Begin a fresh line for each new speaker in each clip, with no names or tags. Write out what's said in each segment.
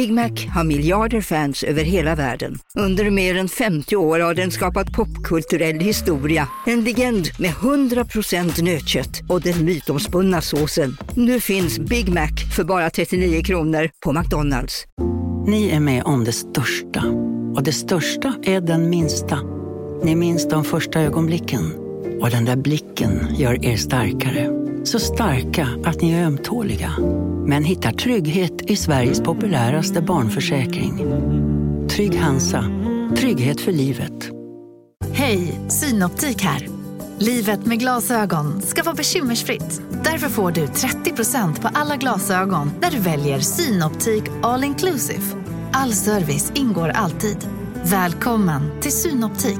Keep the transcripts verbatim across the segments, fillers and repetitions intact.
Big Mac har miljarder fans över hela världen. Under mer än femtio år har den skapat popkulturell historia. En legend med hundra procent nötkött och den mytomspunna såsen. Nu finns Big Mac för bara trettionio kronor på McDonald's.
Ni är med om det största. Och det största är den minsta. Ni minns de första ögonblicken. Och den där blicken gör er starkare. Så starka att ni är ömtåliga. Men hittar trygghet i Sveriges populäraste barnförsäkring. Trygg Hansa. Trygghet för livet.
Hej, Synoptik här. Livet med glasögon ska vara bekymmersfritt. Därför får du trettio procent på alla glasögon när du väljer Synoptik All Inclusive. All service ingår alltid. Välkommen till Synoptik.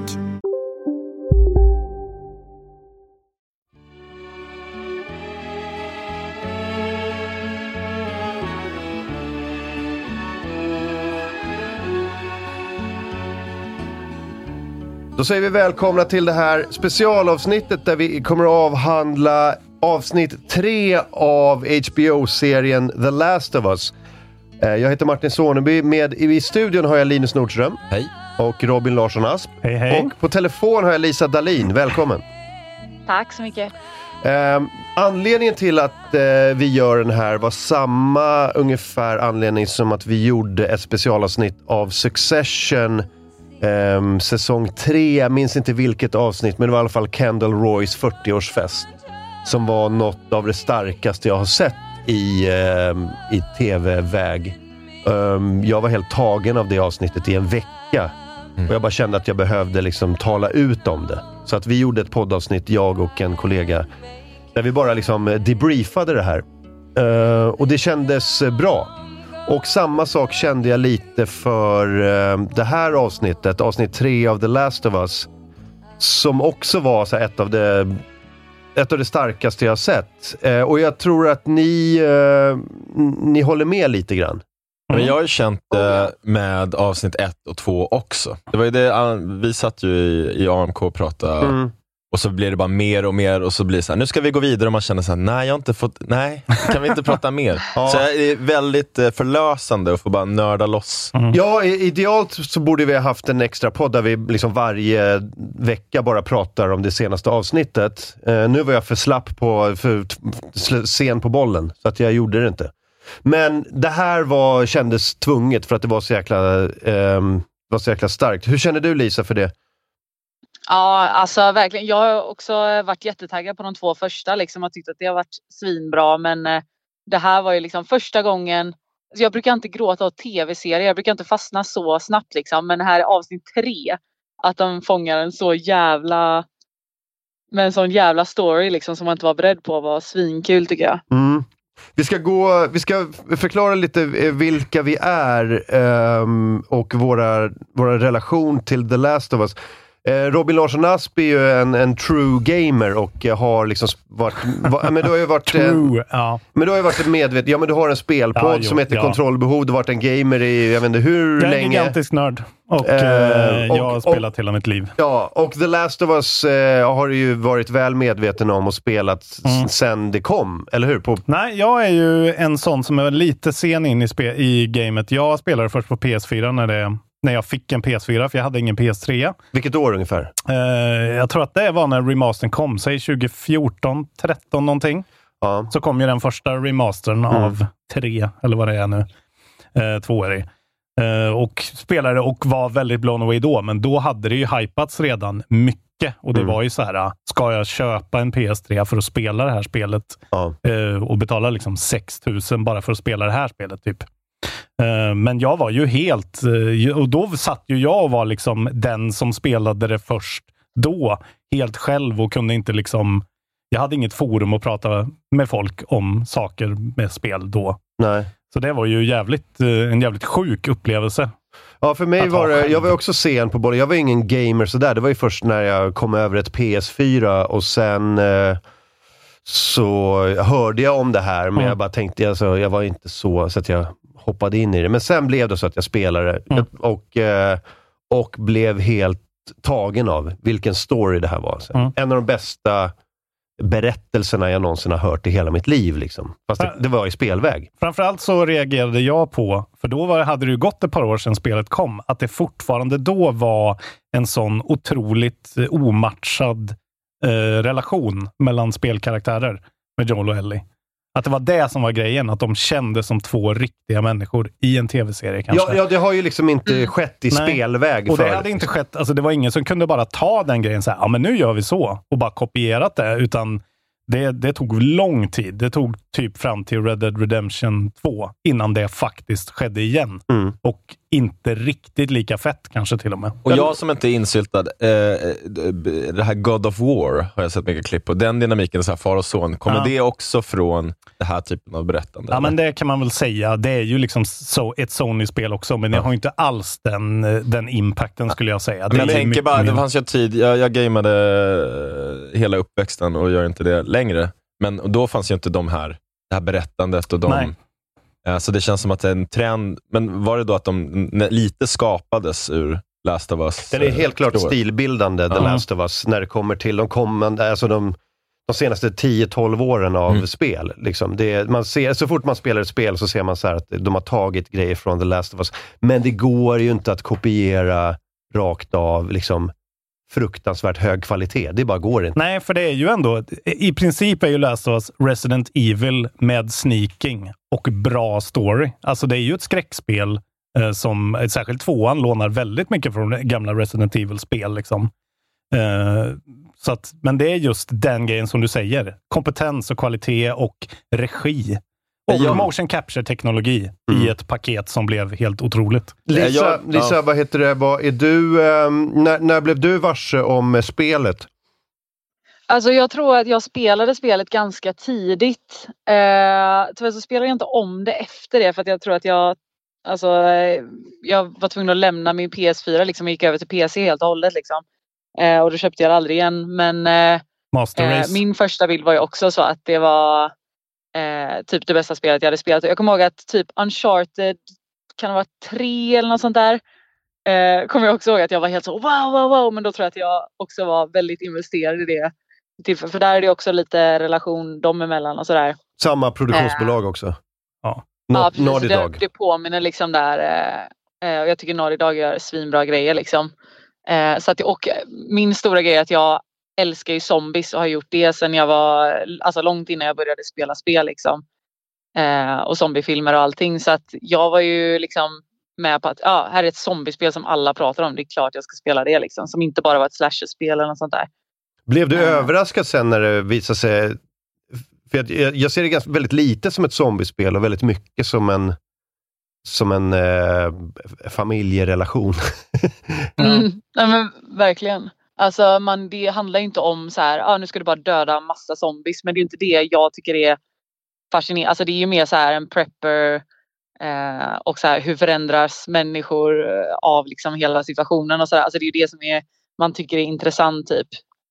Då säger vi välkomna till det här specialavsnittet där vi kommer att avhandla avsnitt tre av H B O-serien The Last of Us. Jag heter Martin Soneby. Med i studion har jag Linus Nordström.
Hej.
Och Robin Larsson Asp.
Hej, hej.
Och på telefon har jag Lisa Dahlin. Välkommen.
Tack så mycket.
Eh, anledningen till att eh, vi gör den här var samma ungefär anledning som att vi gjorde ett specialavsnitt av Succession Um, säsong tre, jag minns inte vilket avsnitt, men det var i alla fall Kendall Roys fyrtioårsfest som var något av det starkaste jag har sett i, um, i tv-väg. Um, jag var helt tagen av det avsnittet i en vecka mm. och jag bara kände att jag behövde liksom tala ut om det. Så att vi gjorde ett poddavsnitt, jag och en kollega, där vi bara liksom debriefade det här. Uh, och det kändes bra. Och samma sak kände jag lite för uh, det här avsnittet, avsnitt tre av The Last of Us, som också var så här, ett av det ett av det starkaste jag har sett. Uh, och jag tror att ni uh, ni håller med lite grann.
Mm. Men jag har ju känt det uh, med avsnitt ett och två också. Det var ju det, uh, vi satt ju i, i A M K och pratade mm. och så blir det bara mer och mer och så blir det så här, nu ska vi gå vidare och man känner så här, nej jag har inte fått, nej, kan vi inte prata mer? Ja. Så det är väldigt eh, förlösande att få bara nörda loss.
Mm. Ja, idealt så borde vi ha haft en extra podd där vi liksom varje vecka bara pratar om det senaste avsnittet. Uh, nu var jag för slapp på, för t- sen på bollen, så att jag gjorde det inte. Men det här var, kändes tvunget för att det var så jäkla, um, var så jäkla starkt. Hur känner du, Lisa, för det?
Ja, alltså verkligen. Jag har också varit jättetaggad på de två första. Liksom. Jag tyckte att det har varit svinbra. Men eh, det här var ju liksom första gången. Alltså jag brukar inte gråta åt tv-serier. Jag brukar inte fastna så snabbt. Liksom. Men här är avsnitt tre. Att de fångar en så jävla... Med en sån jävla story liksom, som man inte var beredd på var svinkul, tycker jag.
Mm. Vi ska gå, vi ska förklara lite vilka vi är um, och våra, våra relation till The Last of Us. Robin Larsson Asp är ju en, en true gamer och har liksom varit, va, men du har ju varit
true,
en,
ja.
Men du har ju varit en medveten, ja men du har en spelpodd ja, jo, som heter ja. Kontrollbehov, du har varit en gamer i, jag vet inte hur länge. Jag är en
gigantisk nörd och, eh, och jag har spelat och, hela mitt liv.
Ja, och The Last of Us eh, har du ju varit väl medveten om och spelat mm. sen det kom, eller hur? På...
Nej, jag är ju en sån som är lite sen in i, spe- i gamet. Jag spelade först på P S fyra när det När jag fick en P S fyra, för jag hade ingen P S tre.
Vilket år ungefär?
Uh, jag tror att det var när remastern kom. Säg tjugo fjorton, tretton någonting.
Ja.
Så kom ju den första remastern mm. av tre, eller vad det är nu. Uh, två är det. Uh, och spelade och var väldigt blown away då. Men då hade det ju hypats redan mycket. Och det mm. var ju så här, ska jag köpa en P S tre för att spela det här spelet?
Ja.
Uh, och betala liksom sex tusen bara för att spela det här spelet typ. Men jag var ju helt, och då satt ju jag och var liksom den som spelade det först då, helt själv och kunde inte liksom, jag hade inget forum att prata med folk om saker med spel då.
Nej.
Så det var ju jävligt, en jävligt sjuk upplevelse.
Ja, för mig var det, jag var också sen på bollen, jag var ingen gamer sådär, det var ju först när jag kom över ett P S fyra och sen eh, så hörde jag om det här, men mm. jag bara tänkte, alltså, jag var inte så, så att jag hoppade in i det. Men sen blev det så att jag spelade mm. och, och blev helt tagen av vilken story det här var. Så. Mm. En av de bästa berättelserna jag någonsin har hört i hela mitt liv. Liksom. Fast det, det var i spelväg.
Framförallt så reagerade jag på, för då var, hade det ju gått ett par år sedan spelet kom, att det fortfarande då var en sån otroligt omatchad eh, relation mellan spelkaraktärer med Joel och Ellie. Att det var det som var grejen, att de kände som två riktiga människor i en tv-serie kanske.
Ja, ja det har ju liksom inte mm. skett i Nej. spelväg.
Och
för.
det hade inte skett, alltså det var ingen som kunde bara ta den grejen så här, ja men nu gör vi så, och bara kopierat det, utan det, det tog lång tid. Det tog typ fram till Red Dead Redemption två innan det faktiskt skedde igen. Mm. Och inte riktigt lika fett kanske till och med.
Och jag som inte är insyltad, eh, det här God of War har jag sett mycket klipp på. Den dynamiken, så här far och son, kommer ja. det också från det här typen av berättande?
Ja,
eller?
men det kan man väl säga. Det är ju liksom so- ett Sony-spel också, men det ja. har inte alls den, den impacten skulle jag säga. Det
men jag tänker
mycket,
bara, det fanns ju tid, jag, jag gameade hela uppväxten och gör inte det längre. Men då fanns ju inte de här, det här berättandet och de... Nej. Så det känns som att det är en trend. Men var det då att de lite skapades ur Last of Us?
Den är helt klart
stor. stilbildande,
The uh-huh. Last of Us, när det kommer till de kommande, alltså de, de senaste tio tolv åren av mm. spel. Liksom. Det, man ser, så fort man spelar ett spel så ser man så här att de har tagit grejer från The Last of Us. Men det går ju inte att kopiera rakt av liksom fruktansvärt hög kvalitet. Det bara går inte.
Nej, för det är ju ändå, i princip är ju Last of Us Resident Evil med sneaking och bra story. Alltså det är ju ett skräckspel eh, som, särskilt tvåan, lånar väldigt mycket från gamla Resident Evil-spel liksom. Eh, så att, men det är just den grejen som du säger. Kompetens och kvalitet och regi. Och ja. motion capture-teknologi mm. i ett paket som blev helt otroligt.
Lisa, ja, Lisa ja. vad heter det? Vad är du, um, när, när blev du varse om spelet?
Alltså jag tror att jag spelade spelet ganska tidigt. Eh, tyvärr så spelade jag inte om det efter det, för att jag tror att jag alltså, jag var tvungen att lämna min P S fyra liksom, och gick över till P C helt och hållet liksom. Eh, och då köpte jag det aldrig igen. Men eh, eh, min första bild var ju också så att det var Eh, typ det bästa spelet jag hade spelat. Jag kommer ihåg att typ Uncharted kan det vara tre eller något sånt där. Eh, kommer jag också ihåg att jag var helt så wow, wow, wow. Men då tror jag att jag också var väldigt investerad i det. För där är det också lite relation dem emellan och sådär.
Samma produktionsbolag eh, också.
Ja,
ja precis. Det, det påminner liksom där. Eh, och jag tycker Naughty Dog gör svinbra grejer liksom. Eh, så att, och min stora grej är att jag älskar ju zombies och har gjort det sen jag var, alltså långt innan jag började spela spel liksom. Eh, och zombiefilmer och allting. Så att jag var ju liksom med på att ja, här är ett zombiespel som alla pratar om. Det är klart jag ska spela det liksom. Som inte bara var ett slasher-spel eller något sånt där.
Blev du eh. överraskad sen när det visade sig? För jag, jag ser det ganska, väldigt lite som ett zombiespel och väldigt mycket som en som en eh, familjerelation.
mm, nej men verkligen. Alltså man, det handlar inte om så här, ah, nu ska du bara döda massa zombies, men det är inte det jag tycker är fascinerande. Alltså det är ju mer så här en prepper eh, och så här hur förändras människor av liksom hela situationen och så där. Alltså det är ju det som är, man tycker är intressant typ.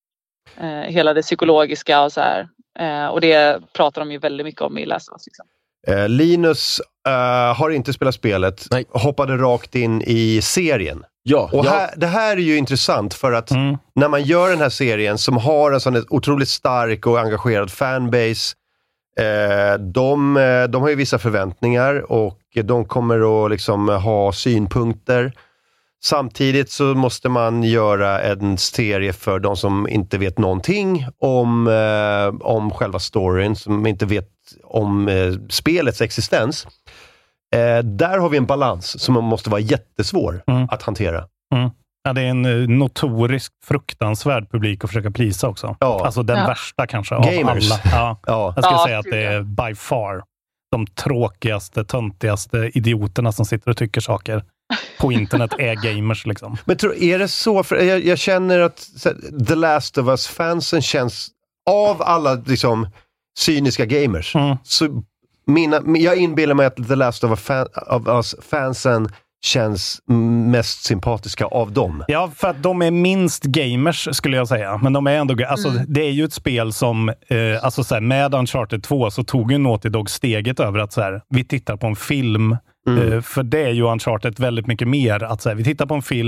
Eh, hela det psykologiska och så här. Eh, och det pratar de ju väldigt mycket om i Last of Us liksom.
Eh, Linus eh, har inte spelat spelet.
Nej.
Hoppade rakt in i serien.
Ja,
och
ja.
Här, det här är ju intressant för att
mm.
när man gör den här serien som har en sån otroligt stark och engagerad fanbase, eh, de, de har ju vissa förväntningar och de kommer att liksom ha synpunkter. Samtidigt så måste man göra en serie för de som inte vet någonting om, eh, om själva storyn, som inte vet om eh, spelets existens. Eh, där har vi en balans som måste vara jättesvår mm. att hantera.
Mm. Ja, det är en uh, notorisk fruktansvärd publik att försöka plisa också. Ja. Alltså den ja. värsta kanske av
Gamers.
alla. Ja.
ja.
Jag skulle
ja,
säga att det är by far de tråkigaste, töntigaste idioterna som sitter och tycker saker på internet är gamers liksom.
Men tror, är det så? För jag, jag känner att så, The Last of Us-fansen känns, av alla liksom cyniska gamers, mm. så mina, jag inbillar mig att The Last of Us-fansen känns mest sympatiska av dem.
Ja, för att de är minst gamers skulle jag säga. Men de är ändå, alltså mm. det är ju ett spel som eh, alltså så här, med Uncharted två så tog ju Naughty Dog steget över att så här, vi tittar på en film. Mm. Eh, för det är ju Uncharted väldigt mycket mer att så här, vi tittar på en film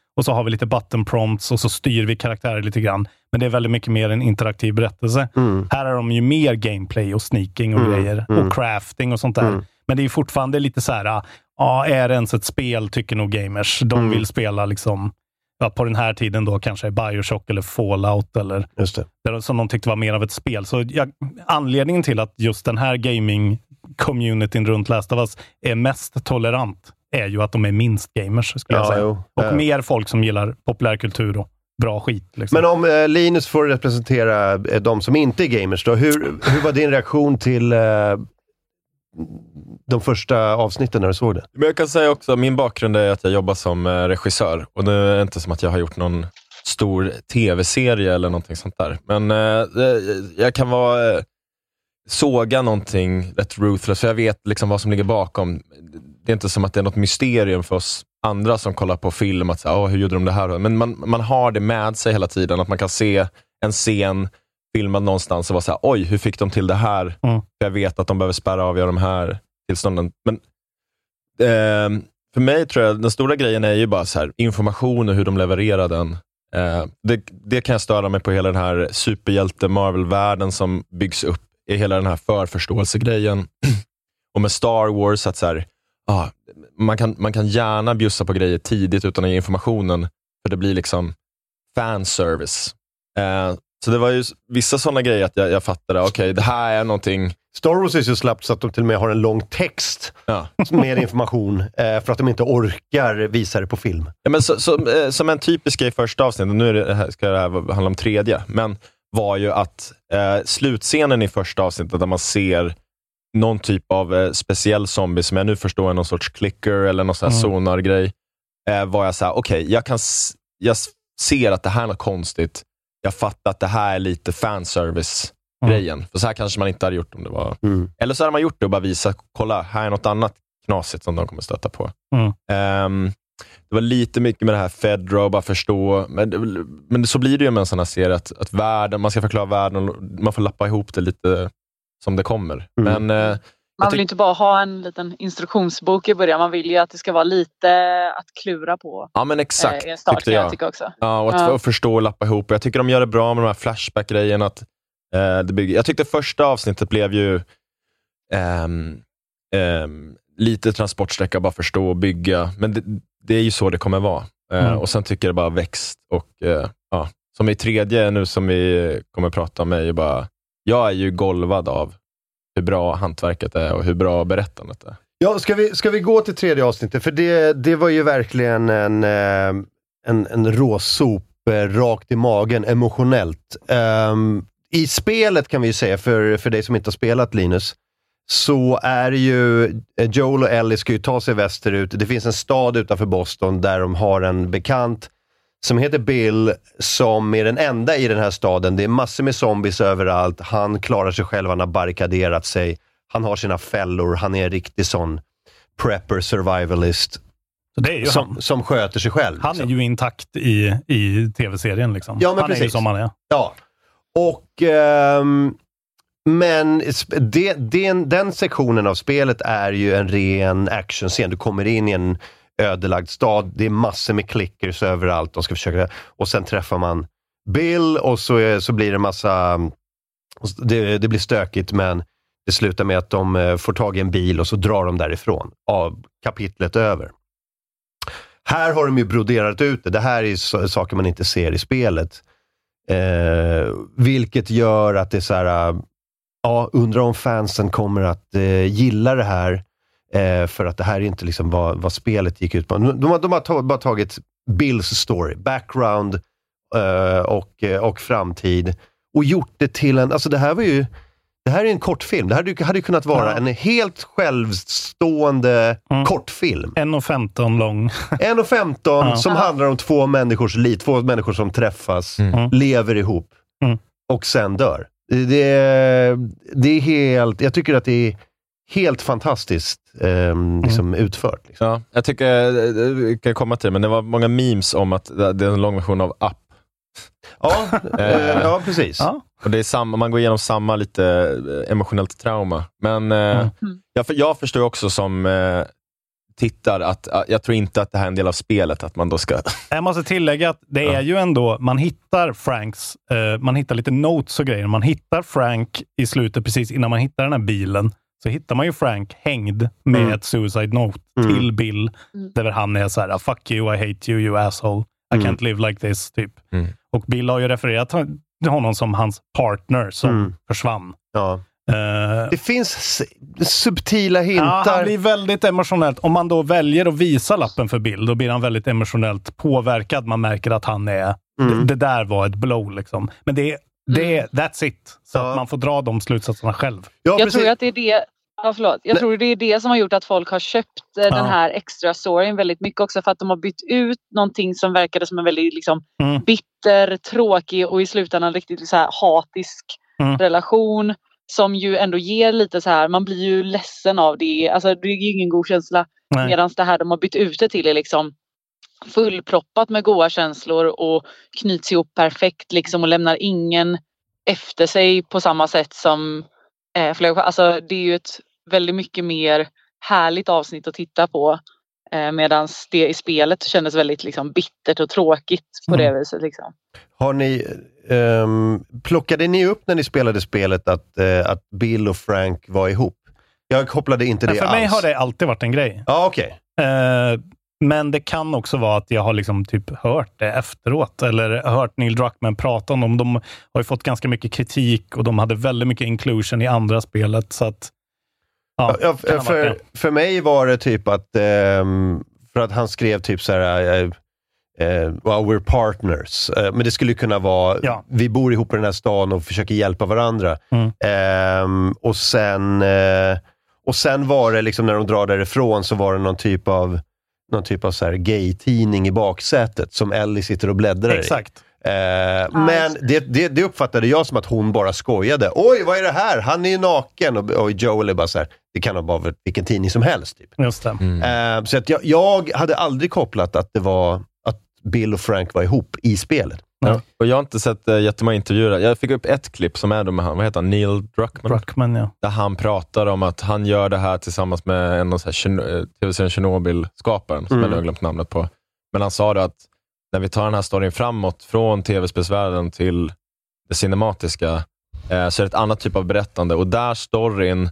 och så har vi lite button prompts och så styr vi karaktärer lite grann. Men det är väldigt mycket mer en interaktiv berättelse. Mm. Här är de ju mer gameplay och sneaking och mm. grejer. Mm. Och crafting och sånt där. Mm. Men det är ju fortfarande lite så här, ja, är det ens ett spel, tycker nog gamers. De mm. vill spela liksom, ja, på den här tiden då kanske Bioshock eller Fallout eller
just det.
Det, som de tyckte var mer av ett spel. Så jag, anledningen till att just den här gaming-communityn runt Last of Us är mest tolerant är ju att de är minst gamers, skulle ja, jag säga. Jo, och ja. mer folk som gillar populärkultur och bra skit. Liksom.
Men om eh, Linus får representera eh, de som inte är gamers då, hur, hur var din reaktion till eh, de första avsnitten när du såg det?
Men jag kan säga också, min bakgrund är att jag jobbar som eh, regissör. Och det är inte som att jag har gjort någon stor tv-serie eller någonting sånt där. Men eh, jag kan vara eh, såga någonting rätt ruthless, för jag vet liksom vad som ligger bakom. Det är inte som att det är något mysterium för oss andra som kollar på film att säga, oh, hur gjorde de det här? Men man, man har det med sig hela tiden, att man kan se en scen filmad någonstans och vara så här, oj, hur fick de till det här? Mm. För jag vet att de behöver spärra av de här tillstånden. Men eh, för mig tror jag den stora grejen är ju bara så här, information och hur de levererar den. Eh, det, det kan jag störa mig på, hela den här superhjälte Marvel-världen som byggs upp i hela den här förförståelsegrejen. Och med Star Wars att så här, ah, man, kan, man kan gärna bjussa på grejer tidigt utan att ge informationen, för det blir liksom fanservice. Eh, så det var ju vissa sådana grejer att jag, jag fattade, okej, okay, det här är någonting.
Star Wars är så slappt så att de till och med har en lång text ja. med information eh, för att de inte orkar visa det på film.
Ja, men så, så, eh, som en typisk grej i första avsnittet, nu är det här, ska det här handla om tredje, men var ju att eh, slutscenen i första avsnittet där man ser någon typ av eh, speciell zombie som jag nu förstår är någon sorts clicker eller någon sån här mm. sonargrej, eh, var jag så här, okej, okay, jag kan s- jag ser att det här är något konstigt. Jag fattar att det här är lite fanservice-grejen. Mm. För så här kanske man inte hade gjort om det var... Mm. Eller så hade man gjort det och bara visa, kolla, här är något annat knasigt som de kommer stöta på. Mm. Um, det var lite mycket med det här Fedra och bara förstå. Men, men så blir det ju med en sån här serie att, att världen, man ska förklara världen och man får lappa ihop det lite som det kommer. Mm. Men... Uh,
man vill ty- inte bara ha en liten instruktionsbok i början. Man vill ju att det ska vara lite att klura på.
Ja, men exakt.
Eh, start, tyckte jag. jag tycker också.
Ja, och att ja. förstå och lappa ihop. Jag tycker de gör det bra med de här flashback-grejerna. Att, eh, det bygger. Jag tyckte första avsnittet blev ju ehm, ehm, lite transportsträcka, bara förstå och bygga. Men det, det är ju så det kommer vara. Eh, mm. Och sen tycker jag det bara växt. Och eh, ja, som i tredje nu som vi kommer prata om är ju bara, jag är ju golvad av hur bra hantverket är och hur bra berättandet är.
Ja, ska vi, ska vi gå till tredje avsnittet? För det, det var ju verkligen en, en, en råsop rakt i magen, emotionellt. Um, I spelet kan vi ju säga, för, för dig som inte har spelat, Linus, så är ju Joel och Ellie ska ju ta sig västerut. Det finns en stad utanför Boston där de har en bekant som heter Bill, som är den enda i den här staden. Det är massor med zombies överallt. Han klarar sig själv, han har barrikaderat sig. Han har sina fällor, han är en riktig sån prepper survivalist.
Så det är ju
som,
han.
som sköter sig själv.
Han liksom är ju intakt i, i tv-serien liksom.
Ja, men
han
precis.
är ju som han är.
Ja. Och um, men det, den, den sektionen av spelet är ju en ren actionscen. Du kommer in i en ödelagd stad, det är massor med klickers överallt, de ska försöka, och sen träffar man Bill och så, så blir det massa det, det blir stökigt, men det slutar med att de får tag i en bil och så drar de därifrån av kapitlet över. Här har de ju broderat ut det, det här är så, saker man inte ser i spelet, eh, vilket gör att det är så här, ja, undrar om fansen kommer att eh, gilla det här. Eh, för att det här är inte liksom vad, vad spelet gick ut på. De, de, de har ta, bara tagit Bills story, background eh, och, och framtid och gjort det till en, alltså det här var ju, det här är en kortfilm. Det här hade ju kunnat vara ja. en helt självstående mm. kortfilm.
en och femton lång.
en och femton ja. som handlar om två människors liv, två människor som träffas, mm. lever ihop mm. och sen dör. Det är, det är helt, jag tycker att det är helt fantastiskt eh, liksom mm. utfört. Liksom.
Ja, jag tycker, det kan komma till, men det var många memes om att det är en lång version av Up.
Ja, eh, ja precis. Ja.
Och det är samma, man går igenom samma lite emotionellt trauma. Men eh, mm. jag, jag förstår också som eh, tittar att uh, jag tror inte att det här är en del av spelet att man då ska...
Jag måste tillägga att det är ja. ju ändå, man hittar Franks, uh, man hittar lite notes och grejer. Man hittar Frank i slutet precis innan man hittar den här bilen. Så hittar man ju Frank hängd med mm. ett suicide note mm. till Bill. Mm. Där han är så här: fuck you, I hate you, you asshole. I mm. can't live like this, typ. Mm. Och Bill har ju refererat till honom som hans partner som mm. försvann.
Ja. Uh, det finns subtila hintar.
Ja, han blir väldigt emotionellt. Om man då väljer att visa lappen för Bill, då blir han väldigt emotionellt påverkad. Man märker att han är... Mm. Det, det där var ett blow, liksom. Men det är Det är, that's it. Så ja. att man får dra de slutsatserna själv.
Ja, jag tror att det är det, ja, förlåt. Jag tror det är det som har gjort att folk har köpt eh, ja. den här extra storyn väldigt mycket också, för att de har bytt ut någonting som verkade som en väldigt liksom, mm. bitter, tråkig och i slutändan riktigt så här hatisk mm. relation som ju ändå ger lite så här, man blir ju ledsen av det. Alltså det är ju ingen god känsla. Medan det här de har bytt ut det till är liksom fullproppat med goda känslor och knyts ihop perfekt liksom och lämnar ingen efter sig på samma sätt som eh, flera, alltså det är ju ett väldigt mycket mer härligt avsnitt att titta på eh, medan det i spelet kändes väldigt liksom bittert och tråkigt på mm. det viset liksom.
Har ni um, plockade ni upp när ni spelade spelet att, uh, att Bill och Frank var ihop? Jag kopplade inte det
alls. För
alls.
mig har det alltid varit en grej.
Ja, ah, okej.
Okay. Uh, Men det kan också vara att jag har liksom typ hört det efteråt. Eller hört Neil Druckmann prata om dem. De har ju fått ganska mycket kritik. Och de hade väldigt mycket inclusion i andra spelet. Så att, ja,
ja, för, för mig var det typ att... Um, för att han skrev typ så här... Uh, uh, well, we're partners. Uh, men det skulle kunna vara... Ja. Vi bor ihop i den här stan och försöker hjälpa varandra. Mm. Um, och sen... Uh, och sen var det liksom när de drar därifrån så var det någon typ av... någon typ av så här gay-tidning i baksätet som Ellie sitter och bläddrar
Exakt.
i. Eh, men det, det, det uppfattade jag som att hon bara skojade. Oj, vad är det här? Han är ju naken. Och, och Joel är bara så här, det kan vara bara vilken tidning som helst. Typ.
Just det.
Mm. Eh, så att jag, jag hade aldrig kopplat att det var att Bill och Frank var ihop i spelet.
Ja. Och jag har inte sett uh, jättemånga intervjuer. Jag fick upp ett klipp som är då med han, vad heter han? Neil Druckmann.
Druckmann, ja.
Där han pratar om att han gör det här tillsammans med en av tv-serien Chernobyl-skaparen, som mm. jag har glömt namnet på. Men han sa det att när vi tar den här storyn framåt från tv-spelsvärlden till det cinematiska eh, så är det ett annat typ av berättande. Och där storyn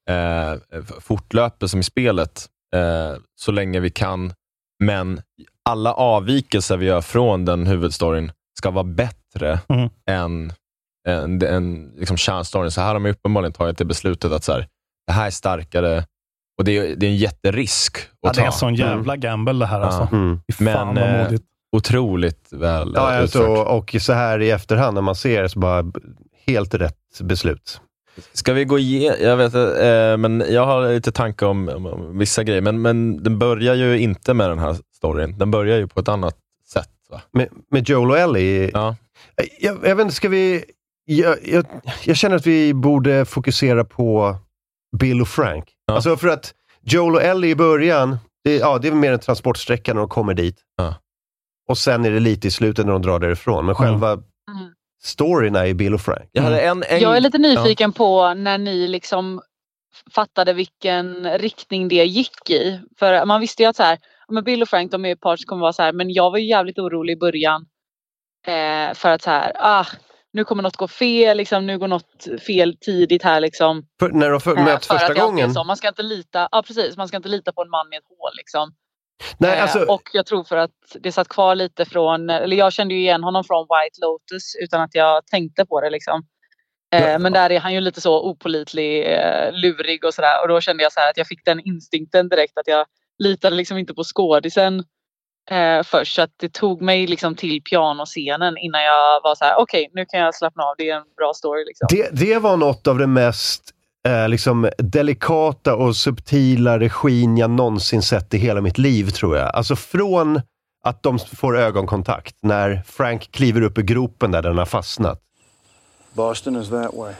eh, fortlöper som i spelet eh, så länge vi kan. Men alla avvikelser vi gör från den huvudstoryn ska vara bättre mm. än, än, än liksom kärnstoryn. Så här har man uppenbarligen tagit det beslutet att så här, det här är starkare och det är, det är en jätterisk att
ja,
ta.
Det är sån jävla gamble det här alltså.
Mm. Men eh, otroligt väl
ja, alltså, och så här i efterhand när man ser det så bara helt rätt beslut.
Ska vi gå igenom? Jag vet eh, men jag har lite tankar om, om vissa grejer, men, men den börjar ju inte med den här storyn. Den börjar ju på ett annat sätt, va?
Med, med Joel och Ellie?
Ja.
Jag, jag vet inte, ska vi... Jag, jag, jag känner att vi borde fokusera på Bill och Frank. Ja. Alltså för att Joel och Ellie i början, det, ja, det är mer en transportsträcka när de kommer dit.
Ja.
Och sen är det lite i slutet när de drar därifrån. Men själva mm. storyn är Bill och Frank.
Jag, hade en, en... jag är lite nyfiken ja. på när ni liksom fattade vilken riktning det gick i. För man visste ju att så här, men Bill och Frank, de är ett par som kommer vara så här, men jag var ju jävligt orolig i början eh, för att så här, ah, nu kommer något gå fel, liksom, nu går något fel tidigt här liksom.
För, när de för, eh, möts första gången?
Så, man ska inte lita, ja precis, man ska inte lita på en man med ett hål liksom.
Nej, alltså...
eh, och jag tror för att det satt kvar lite från, eller jag kände ju igen honom från White Lotus utan att jag tänkte på det liksom. Eh, ja. Men där är han ju lite så opålitlig, eh, lurig och sådär. Och då kände jag så här att jag fick den instinkten direkt att jag litade liksom inte på skådisen eh, först. Så att det tog mig liksom till pianoscenen innan jag var så här: okej, okay, nu kan jag slappna av, det är en bra story liksom.
Det, det var något av det mest eh, liksom delikata och subtila regin jag någonsin sett i hela mitt liv, tror jag. Alltså från att de får ögonkontakt när Frank kliver upp i gropen där den har fastnat.
Boston is that way.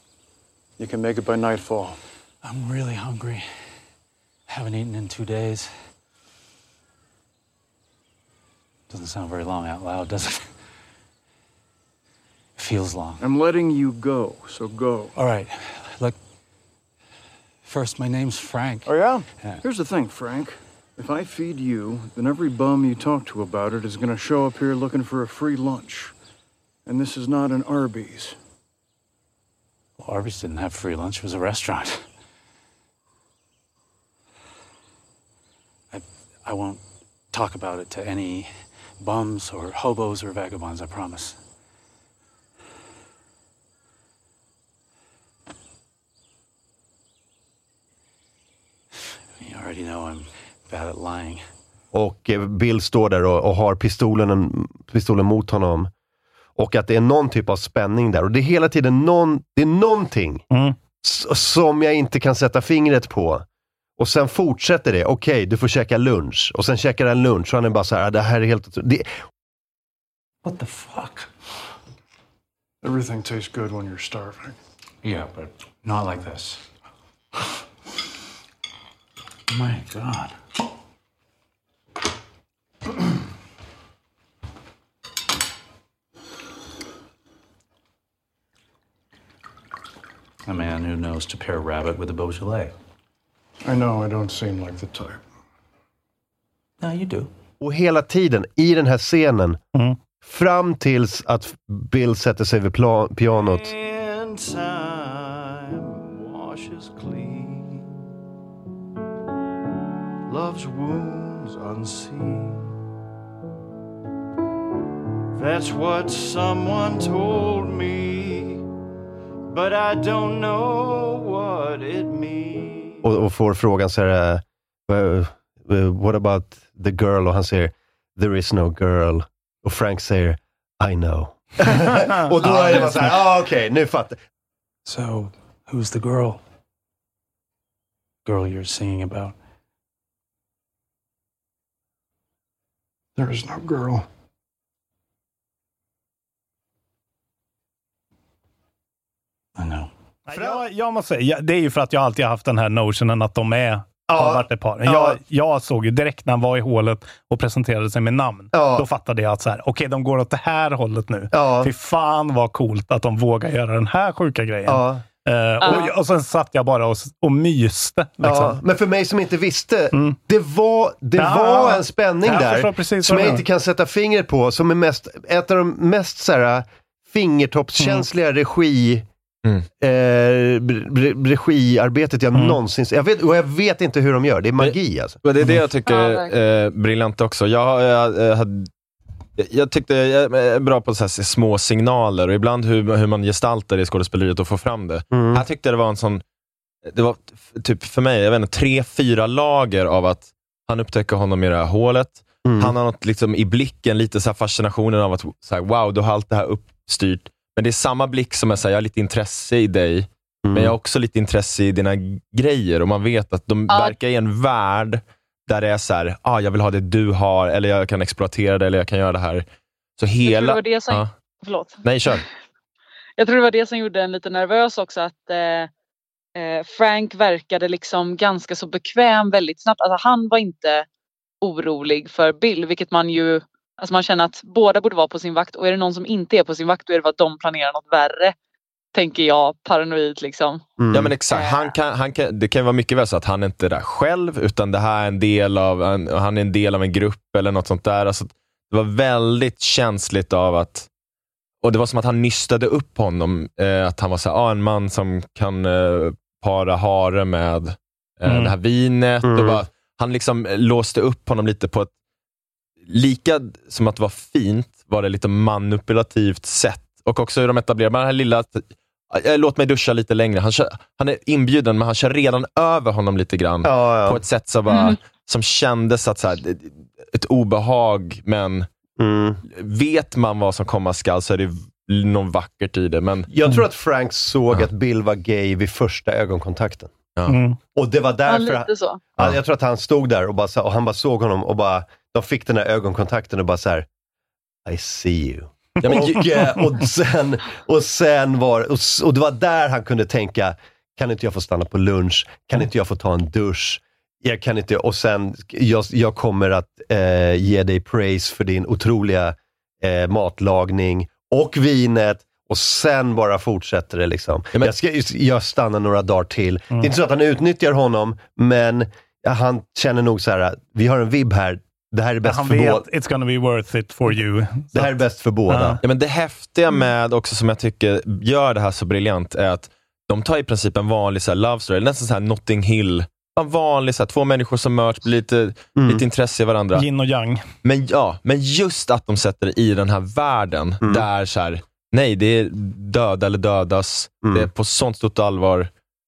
You can make it by nightfall.
I'm really hungry. Haven't eaten in two days. Doesn't sound very long out loud, does it? It feels long.
I'm letting you go, so go.
All right. Look, first, my name's Frank.
Oh, yeah?
yeah?
Here's the thing, Frank. If I feed you, then every bum you talk to about it is going to show up here looking for a free lunch. And this is not an Arby's.
Well, Arby's didn't have free lunch. It was a restaurant. I, I won't talk about it to any bums or hobos or vagabonds, I promise. You already know I'm bad at lying.
Och Bill står där och, och har pistolen, pistolen mot honom. Och att det är någon typ av spänning där. Och det är hela tiden någon, det är någonting mm. s- som jag inte kan sätta fingret på. Och sen fortsätter det. Okej, okay, du får käka lunch. Och sen käkar han lunch och han är bara så här, det här är helt... Det...
What the fuck?
Everything tastes good when you're starving.
Yeah, but not like this. My God. A man who knows to pair rabbit with a Beaujolais.
I know I don't seem like the type.
No, you do.
Och hela tiden i den här scenen mm. fram tills att Bill sätter sig vid pla- pianot.
And time washes clean. Love's wounds unseen. That's what someone told me. But I don't know what it means.
Och, och får frågan så här, uh, uh, what about the girl? Och han säger, there is no girl. Och Frank säger, I know. Och då är det bara så här, ah, okej, okay, nu fattar.
So, who's the girl? Girl you're singing about?
There is no girl.
I know.
Jag, jag måste säga, det är ju för att jag alltid har haft den här notionen att de är ja. har varit ett par. Jag, ja. jag såg ju direkt när han var i hålet och presenterade sig med namn. Ja. Då fattade jag att så här, okej, okay, de går åt det här hållet nu. Ja. Fy fan vad coolt att de vågar göra den här sjuka grejen. Ja. Uh, ja. och, och sen satt jag bara och, och myste. Liksom.
Ja, men för mig som inte visste, mm. det var, det ja. var en spänning jag där som jag inte kan sätta fingret på, som är mest, ett av de mest så här, fingertoppskänsliga mm. regi Mm. Eh, regiarbetet jag mm. någonsin jag vet, och jag vet inte hur de gör, det är magi alltså.
Det är det jag tycker är eh, briljant också. Jag, jag, jag, hade, jag tyckte jag är bra på så här små signaler och ibland hur, hur man gestaltar det i skådespeleriet och får fram det. Mm. Jag tyckte det var en sån, det var typ för mig, jag vet inte, tre, fyra lager av att han upptäcker honom i det här hålet. Mm. Han har något liksom i blicken, lite så här fascinationen av att så här, wow, du har allt det här uppstyrt. Men det är samma blick som jag säger, jag har lite intresse i dig. Mm. Men jag har också lite intresse i dina grejer. Och man vet att de ja. verkar i en värld där det är så här, ah, jag vill ha det du har. Eller jag kan exploatera det, eller jag kan göra det här. Så hela... Jag tror det var det som...
Ja. Förlåt.
Nej, kör.
Jag tror det var det som gjorde en lite nervös också. Att eh, Frank verkade liksom ganska så bekväm väldigt snabbt. Alltså han var inte orolig för Bill, vilket man ju... Alltså man känner att båda borde vara på sin vakt. Och är det någon som inte är på sin vakt, då är det för att de planerar något värre. Tänker jag, paranoid liksom.
Mm. Ja men exakt, han kan, han kan, det kan vara mycket väl så att han inte är där själv. Utan det här är en del av en, han är en del av en grupp eller något sånt där. Alltså, det var väldigt känsligt av att... Och det var som att han nystade upp honom. Eh, att han var så här, ah, en man som kan eh, para hare med eh, mm. det här vinet. Mm. Och bara, han liksom låste upp honom lite på ett... Lika som att det var fint var det lite manipulativt sätt. Och också hur de etablerar den här lilla... Låt mig duscha lite längre. Han, kör, han är inbjuden, men han kör redan över honom lite grann. Ja, ja. På ett sätt så bara, mm. som kändes att så här, ett obehag. Men mm. vet man vad som komma skall så är det någon vackert i det. Men,
jag tror att Frank såg ja. att Bill var gay vid första ögonkontakten. Ja. Mm. Och det var därför...
Ja, lite så.
Han, jag tror att han stod där och, bara, och han bara såg honom och bara... De fick den här ögonkontakten och bara så här, I see you. Ja, men, och, och, sen, och sen var och, och det var där han kunde tänka, kan inte jag få stanna på lunch? Kan mm. inte jag få ta en dusch? Jag kan inte, och sen, jag, jag kommer att eh, ge dig praise för din otroliga eh, matlagning och vinet. Och sen bara fortsätter det liksom. Ja, men, jag, ska, jag stannar några dagar till. Mm. Det är inte så att han utnyttjar honom, men ja, han känner nog så här, vi har en vibb här, det här är bäst
han
för båda.
It's gonna be worth it for you.
Det här är bäst för båda.
Ja.
Ja, men det häftiga med också som jag tycker gör det här så briljant är att de tar i princip en vanlig så här, love story, nästan så här Notting Hill. En vanlig så här, två människor som möts, lite, mm. lite intresse i varandra.
Yin och yang.
Men, ja, men just att de sätter det i den här världen mm. där så här, nej, det är döda eller dödas. Mm. Det är på sånt stort allvar.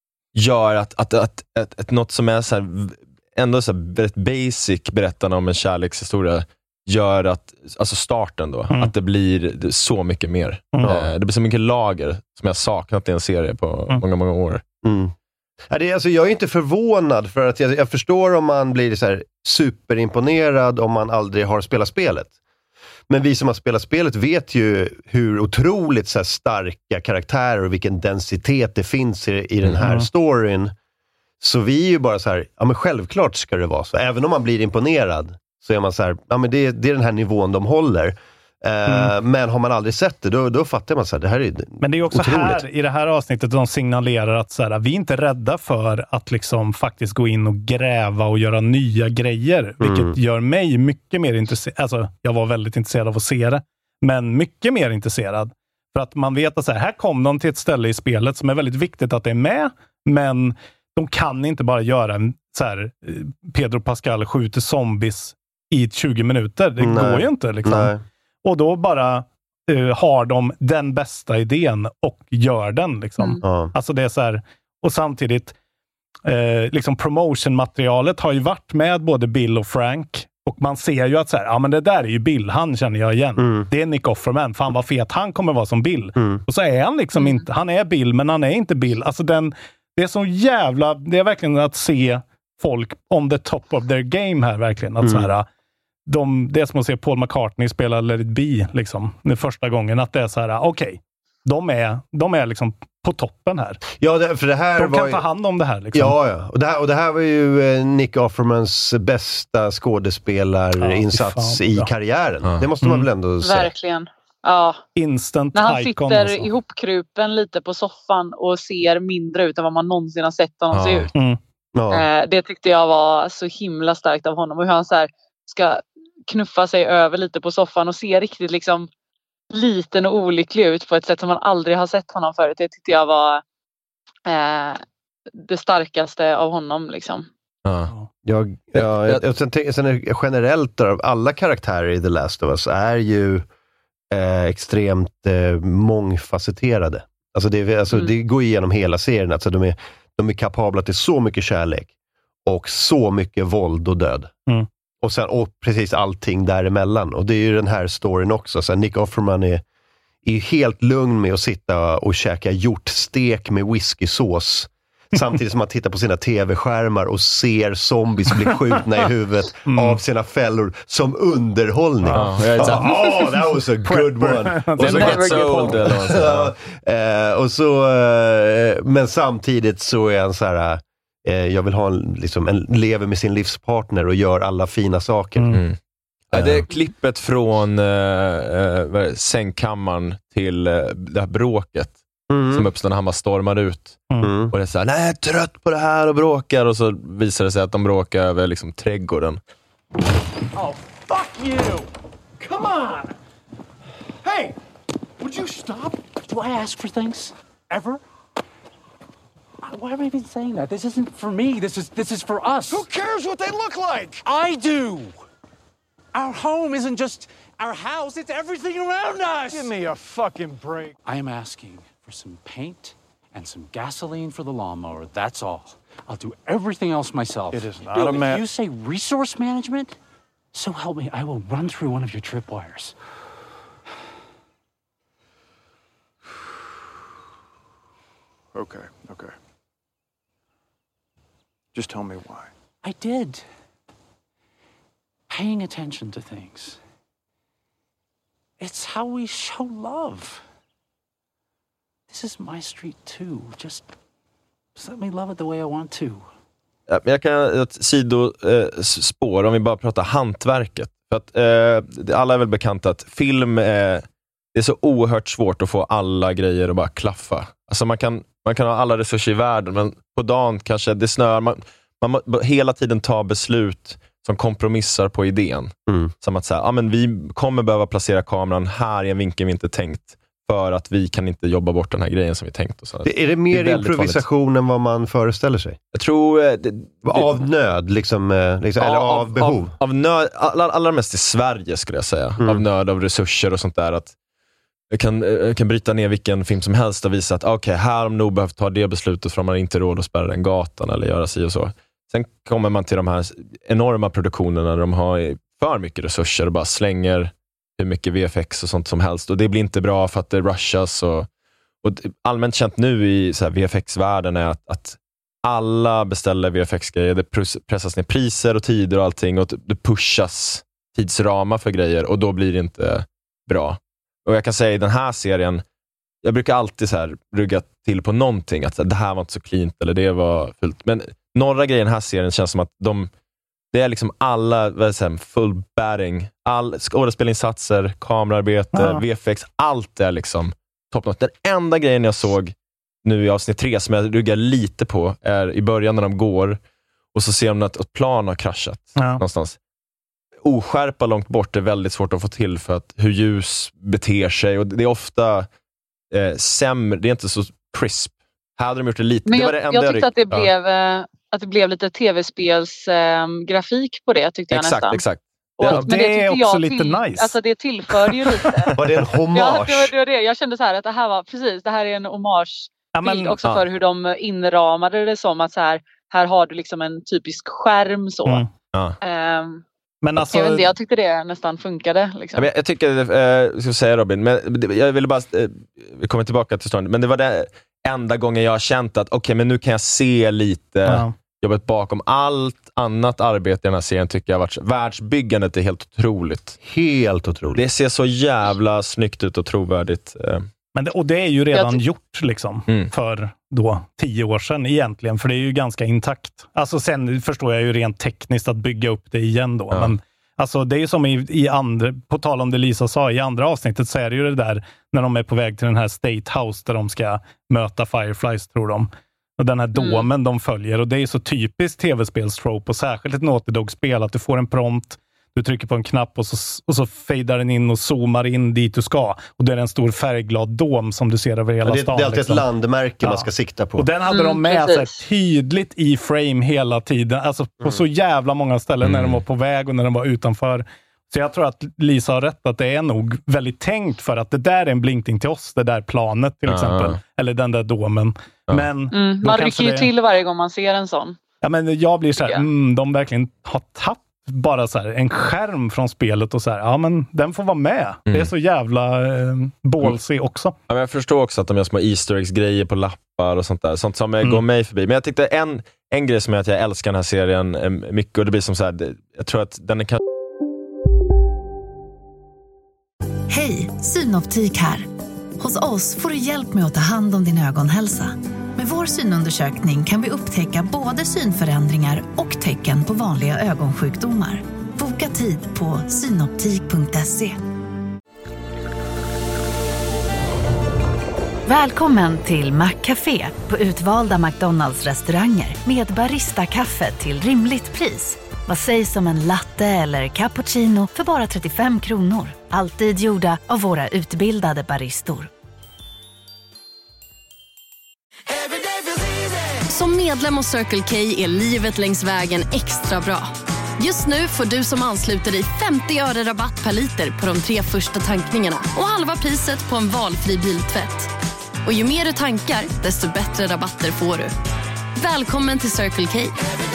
Gör att, att, att, att, att något som är så här, ändå så här, väldigt basic berättande om en kärlekshistoria gör att, alltså starten då, mm. att det blir så mycket mer. Mm. Eh, det blir så mycket lager som jag saknat i en serie på mm. många, många år.
Mm. Ja, det är, alltså, jag är inte förvånad för att jag, jag förstår om man blir så här superimponerad om man aldrig har spelat spelet. Men vi som har spelat spelet vet ju hur otroligt så här, starka karaktärer och vilken densitet det finns i, i den här mm. storyn. Så vi är ju bara så här, ja men självklart ska det vara så. Även om man blir imponerad så är man så här, ja men det, det är den här nivån de håller. Mm. Men har man aldrig sett det, då, då fattar man så här, det här är
Men det är också
otroligt.
Här, i det här avsnittet, de signalerar att så här, vi är inte rädda för att liksom faktiskt gå in och gräva och göra nya grejer. Vilket mm. gör mig mycket mer intresserad. Alltså, jag var väldigt intresserad av att se det. Men mycket mer intresserad. För att man vet att så här, här kom de till ett ställe i spelet som är väldigt viktigt att det är med. Men de kan inte bara göra en så här, Pedro Pascal skjuter zombies i tjugo minuter. Det Nej. går ju inte liksom. Nej. Och då bara uh, har de den bästa idén och gör den. Liksom.
Mm.
Alltså det är så här, och samtidigt uh, liksom promotion-materialet har ju varit med både Bill och Frank. Och man ser ju att så här, ja men det där är ju Bill, han känner jag igen.
Mm.
Det är Nick Offerman, fan vad fet han kommer vara som Bill.
Mm.
Och så är han liksom inte, han är Bill men han är inte Bill. Alltså den, det är så jävla, det är verkligen att se folk on the top of their game här verkligen. Att mm. så här, de, det är som att se Paul McCartney spela Let It Be liksom, den första gången. Att det är så här, okej, okay, de är, de är liksom på toppen här.
Ja, det, för det här
de
var
kan
ju...
ta hand om det här. Liksom.
Ja, ja. Och det här, och det här var ju eh, Nick Offermans bästa skådespelarinsats ja, i karriären. Ja. Det måste man mm. väl ändå säga.
Verkligen. Ja.
Instant
när han
icon
sitter
alltså.
ihopkrupen lite på soffan och ser mindre ut än vad man någonsin har sett honom
ja.
se ut.
Mm.
Ja.
Eh, det tyckte jag var så himla starkt av honom. Och hur han så här ska knuffa sig över lite på soffan och se riktigt liksom liten och olycklig ut på ett sätt som man aldrig har sett honom förut. Det tyckte jag var eh, det starkaste av honom liksom.
Ja.
Jag, ja, jag, jag, sen, sen generellt av alla karaktärer i The Last of Us är ju eh, extremt eh, mångfacetterade. Alltså, det, alltså mm. det går igenom hela serien. Alltså de, är, de är kapabla till så mycket kärlek och så mycket våld och död.
Mm.
Och sen och precis allting däremellan. Och det är ju den här storyn också. Så Nick Offerman är, är helt lugn med att sitta och käka hjortstek med whiskysås. Samtidigt som man tittar på sina tv-skärmar och ser zombies bli skjutna i huvudet mm. av sina fällor som underhållning.
Ja,
oh, oh, that was a good one.
Och så gets old.
uh, och så, uh, men samtidigt så är han så här... Jag vill ha en, liksom, en lever med sin livspartner och gör alla fina saker.
Mm. Mm. Ja, det är klippet från äh, äh, sängkammaren till äh, det här bråket mm. som uppstår när han bara stormar ut.
Mm.
Och det är så här, nej, jag är trött på det här och bråkar. Och så visar det sig att de bråkar över liksom, trädgården.
Oh, fuck you! Come on! Hey! Would you stop?
Do I ask for things?
Ever?
Why am I even saying that? This isn't for me. This is this is for us.
Who cares what they look like?
I do. Our home isn't just our house. It's everything around us.
Give me a fucking break.
I am asking for some paint and some gasoline for the lawnmower. That's all. I'll do everything else myself.
It is not
Bill,
a man.
If you say resource management, so help me, I will run through one of your tripwires.
Okay, okay. Just tell me why.
I did. Paying attention to things. It's how we show love. This is my street too. Just, just let me love it the way I want to.
Ja, jag kan ett sidospår om vi bara pratar hantverket. För att, eh, alla är väl bekanta att film eh, det är så oerhört svårt att få alla grejer att bara klaffa. Alltså man kan, man kan ha alla resurser i världen, men på dagen kanske det snör. Man, man må, hela tiden ta beslut som kompromissar på idén.
Mm.
Som att säga, ja, men vi kommer behöva placera kameran här i en vinkel vi inte tänkt. För att vi kan inte jobba bort den här grejen som vi tänkt. Och så.
Det, är det mer det är improvisation vanligt. Än vad man föreställer sig?
Jag tror... Det,
av det, nöd, liksom, liksom ja, eller av, av behov?
Av, av nöd, allra, allra mest i Sverige skulle jag säga. Mm. Av nöd, av resurser och sånt där. Att jag kan, jag kan bryta ner vilken film som helst och visa att okej, okay, här har de nog behövt ta det beslutet för att man inte råd att spärra den gatan eller göra sig och så. Sen kommer man till de här enorma produktionerna där de har för mycket resurser och bara slänger hur mycket V F X och sånt som helst. Och det blir inte bra för att det rushas. Och, och allmänt känt nu i så här V F X-världen är att, att alla beställer V F X-grejer. Det pressas ner priser och tider och allting. Och det pushas tidsramar för grejer. Och då blir det inte bra. Och jag kan säga i den här serien, jag brukar alltid så här rugga till på någonting. Att det här var inte så cleant eller det var fullt. Men några grejer i den här serien känns som att de... Det är liksom alla, vad jag säger, full batting. All skådespelinsatser, kamerarbete, ja. V F X, allt är liksom toppnotch. Den enda grejen jag såg nu i avsnitt tre som jag ruggar lite på är i början när de går och så ser de att ett plan har kraschat ja. någonstans. Oskärpa långt bort är väldigt svårt att få till för att hur ljus beter sig och det är ofta eh, sämre, det är inte så crisp. Här hade de gjort det lite.
Men
det
jag,
var det enda
jag tyckte
jag,
att det
ja.
blev... Eh... att det blev lite tv-spels eh, grafik på det tyckte jag
exakt,
nästan.
Exakt,
och,
ja,
men
det, det är också
jag
lite
till,
nice.
Alltså det tillför ju lite.
Var det en hommage?
Ja, det var, det var det. Jag kände så här att det här var precis, det här är en hommage ja, men, också ja. för hur de inramade det som att så här, här har du liksom en typisk skärm så. Mm. Ja. Um, men alltså, jag, vet inte, jag tyckte det nästan funkade. Liksom.
Jag, jag tycker, eh, jag ska säga Robin, men jag ville bara, eh, vi kommer tillbaka till storyn, men det var det enda gången jag har känt att okej, okay, men nu kan jag se lite ja. jobbet bakom. Allt annat arbete i den här serien tycker jag har varit, världsbyggandet är helt otroligt.
Helt otroligt.
Det ser så jävla snyggt ut och trovärdigt.
Men det, och det är ju redan gjort liksom mm. för då tio år sedan egentligen, för det är ju ganska intakt. Alltså sen förstår jag ju rent tekniskt att bygga upp det igen då, ja. men alltså det är ju som i, i andra, på tal om det Lisa sa, i andra avsnittet så är det ju det där när de är på väg till den här State House där de ska möta Fireflies, tror de. Och den här domen mm. de följer, och det är så typiskt tv-spelstrope och särskilt ett Naughty Dog-spel att du får en prompt, du trycker på en knapp och så, och så fejdar den in och zoomar in dit du ska. Och det är en stor färgglad dom som du ser över hela
ja, det,
stan.
Det är alltid
liksom.
ett landmärke ja. man ska sikta på.
Och den hade mm, de med sig tydligt i frame hela tiden. Alltså på mm. så jävla många ställen mm. när de var på väg och när de var utanför. Så jag tror att Lisa har rätt att det är nog väldigt tänkt för att det där är en blinkning till oss, det där planet till uh-huh. exempel. Eller den där domen. Uh-huh. Men
mm, man rycker ju det... till varje gång man ser en sån.
Ja, men jag blir så här, mm, de verkligen har tappat bara så här en skärm från spelet och så här, ja men den får vara med. Mm. Det är så jävla eh, ballsy också.
Ja, men jag förstår också att de gör små Easter eggs grejer på lappar och sånt där. Sånt som mm. går mig förbi. Men jag tyckte en, en grej som är att jag älskar den här serien eh, mycket, och det blir som så här, det, jag tror att den är kanske...
Hej, Synoptik här. Hos oss får du hjälp med att ta hand om din ögonhälsa. Med vår synundersökning kan vi upptäcka både synförändringar och tecken på vanliga ögonsjukdomar. Boka tid på synoptik punkt se. Välkommen till Maccafé på utvalda McDonalds-restauranger med Barista-kaffe till rimligt pris. Vad sägs om en latte eller cappuccino för bara trettiofem kronor? Alltid gjorda av våra utbildade baristor.
Som medlem hos Circle K är livet längs vägen extra bra. Just nu får du som ansluter dig femtio öre rabatt per liter på de tre första tankningarna och halva priset på en valfri biltvätt. Och ju mer du tankar, desto bättre rabatter får du. Välkommen till Circle K.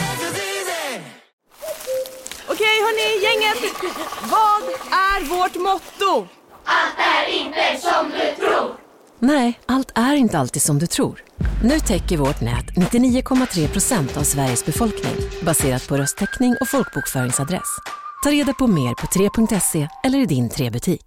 Okej hörni, gänget. Vad är vårt motto?
Allt är inte som du tror.
Nej, allt är inte alltid som du tror. Nu täcker vårt nät nittionio komma tre procent av Sveriges befolkning baserat på röstteckning och folkbokföringsadress. Ta reda på mer på tre punkt se eller i din tre butik.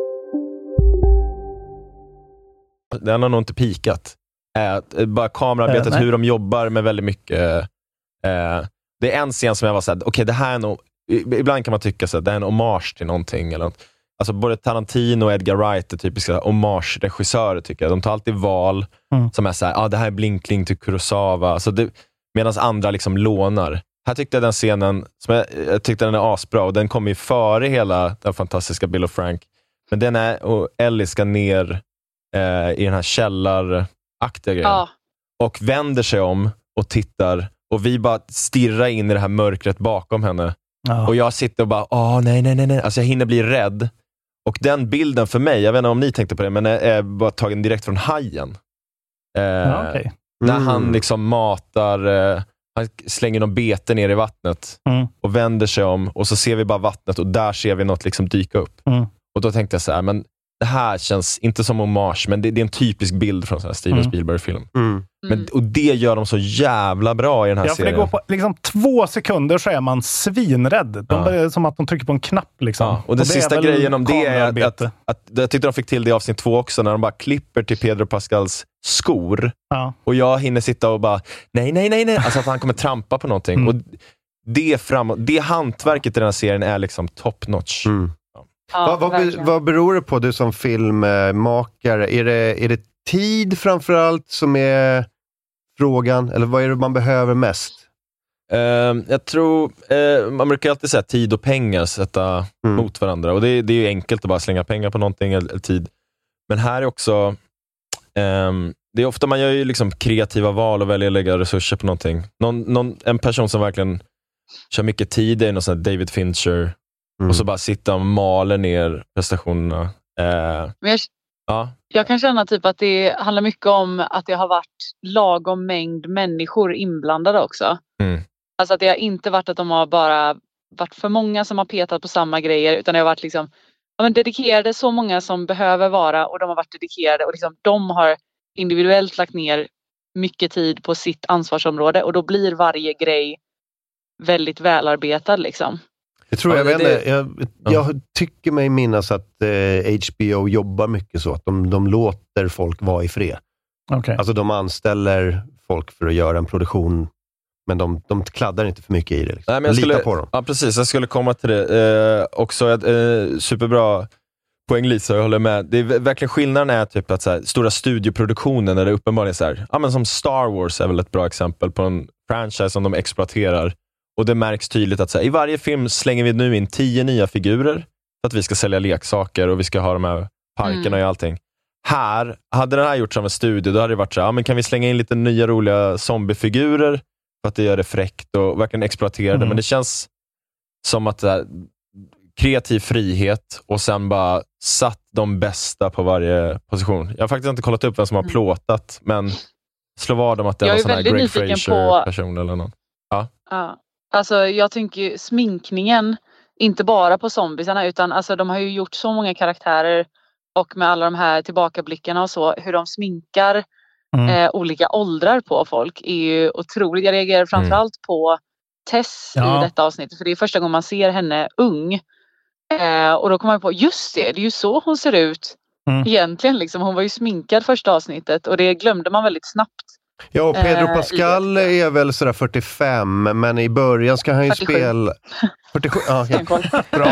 Den har nog inte pikat. Äh, bara kamerarbetet, äh, hur de jobbar med väldigt mycket. Äh, det är en scen som jag var såhär, okej okay, det här är nog, ibland kan man tycka så att det är en hommage till någonting eller något. Alltså både Tarantino och Edgar Wright är typiska hommage-regissörer tycker jag. De tar alltid val mm. som är såhär, ja ah, det här är blinkling till Kurosawa. Alltså det, medan andra liksom lånar. Här tyckte jag den scenen, som jag, jag tyckte den är asbra, och den kommer ju före hela den fantastiska Bill och Frank. Men den är, och Ellie ska ner eh, i den här källaraktiga grejen.
Ja.
Och vänder sig om och tittar, och vi bara stirrar in i det här mörkret bakom henne.
Ja.
Och jag sitter och bara, åh nej, nej, nej, nej. Alltså jag hinner bli rädd. Och den bilden för mig, jag vet inte om ni tänkte på det, men är, är bara tagen direkt från Hajen. Eh,
Ja, okay.
När
Mm.
han liksom matar, eh, han slänger någon bete ner i vattnet
Mm.
och vänder sig om, och så ser vi bara vattnet, och där ser vi något liksom dyka upp.
Mm.
Och då tänkte jag så här, men det här känns inte som hommage, men det, det är en typisk bild från så här Steven
Mm.
Spielberg-film.
Mm.
Men, och det gör de så jävla bra i den här
Ja, för
serien.
det går på liksom två sekunder så är man svinrädd. De
Ja.
är som att de trycker på en knapp. Liksom.
Ja, och den
det är
sista
väl
grejen om det är att,
kamerarbete.
att, att jag tyckte de fick till det i avsnitt två också, när de bara klipper till Pedro Pascals skor.
Ja.
Och jag hinner sitta och bara, nej, nej, nej, nej. Alltså att han kommer trampa på någonting.
Mm.
Och det, fram, det hantverket i den här serien är liksom top notch.
Mm.
Ja,
vad, vad, be,
verkligen.
vad beror det på, du som filmmakare? Är det, är det tid framförallt som är frågan? Eller vad är det man behöver mest?
Uh, jag tror, uh, man brukar alltid säga tid och pengar sätta
Mm.
mot varandra. Och det, det är ju enkelt att bara slänga pengar på någonting eller, eller tid. Men här är också, um, det är ofta man gör ju liksom kreativa val och väljer att lägga resurser på någonting. Någon, någon, en person som verkligen kör mycket tid är någon sån här David Fincher.
Mm.
Och så bara sitta och maler ner prestationerna. Uh,
Men jag,
ja.
jag kan känna typ att det handlar mycket om att det har varit lagom mängd människor inblandade också.
Mm.
Alltså att det har inte varit att de har bara varit för många som har petat på samma grejer, utan det har varit liksom, ja, men dedikerade, så många som behöver vara, och de har varit dedikerade, och liksom de har individuellt lagt ner mycket tid på sitt ansvarsområde, och då blir varje grej väldigt välarbetad liksom.
Jag tror,
Ja,
jag,
det-
vet inte,
det-
jag, jag tycker mig minnas att eh, H B O jobbar mycket så, att de, de låter folk vara i fred.
Okay.
Alltså de anställer folk för att göra en produktion, men de, de kladdar inte för mycket i det. Liksom.
Nej, men jag
Lita
skulle,
på dem.
Ja, precis. Jag skulle komma till det. Eh, också ett eh, superbra poäng, Lisa, jag håller med. Det är v- verkligen skillnaden är typ att så här, stora studioproduktionen, där det uppenbarligen så här, ja, men som Star Wars är väl ett bra exempel på en franchise som de exploaterar. Och det märks tydligt att så här, i varje film slänger vi nu in tio nya figurer för att vi ska sälja leksaker och vi ska ha de här parkerna
Mm.
och allting. Här, hade den här gjorts av en studio, då hade det varit så här, ja, men kan vi slänga in lite nya roliga zombiefigurer för att det gör det fräckt och verkligen exploatera det.
Mm.
Men det känns som att det här, kreativ frihet och sen bara satt de bästa på varje position. Jag har faktiskt inte kollat upp vem som har
Mm.
plåtat, men slå vad om att det är
Jag
någon
är
sån här
väldigt
Greg
nyfiken
Fraser
på-
person eller någon. Ja.
Ja. Alltså jag tänker ju sminkningen, inte bara på zombiesarna, utan alltså de har ju gjort så många karaktärer, och med alla de här tillbakablickarna och så, hur de sminkar
Mm.
eh, olika åldrar på folk är ju otroligt. Jag reagerar framförallt på Tess
Ja.
i detta avsnitt, för det är första gången man ser henne ung. Eh, och då kommer man på, just det, det är ju så hon ser ut
Mm.
egentligen. Liksom. Hon var ju sminkad första avsnittet, och det glömde man väldigt snabbt.
Ja, och Pedro
Eh,
Pascal
i-
är väl sådär fyrtiofem, men i början ska han ju
fyrtiosju.
spela... fyrtiosju, ja, okej.
Stenkoll.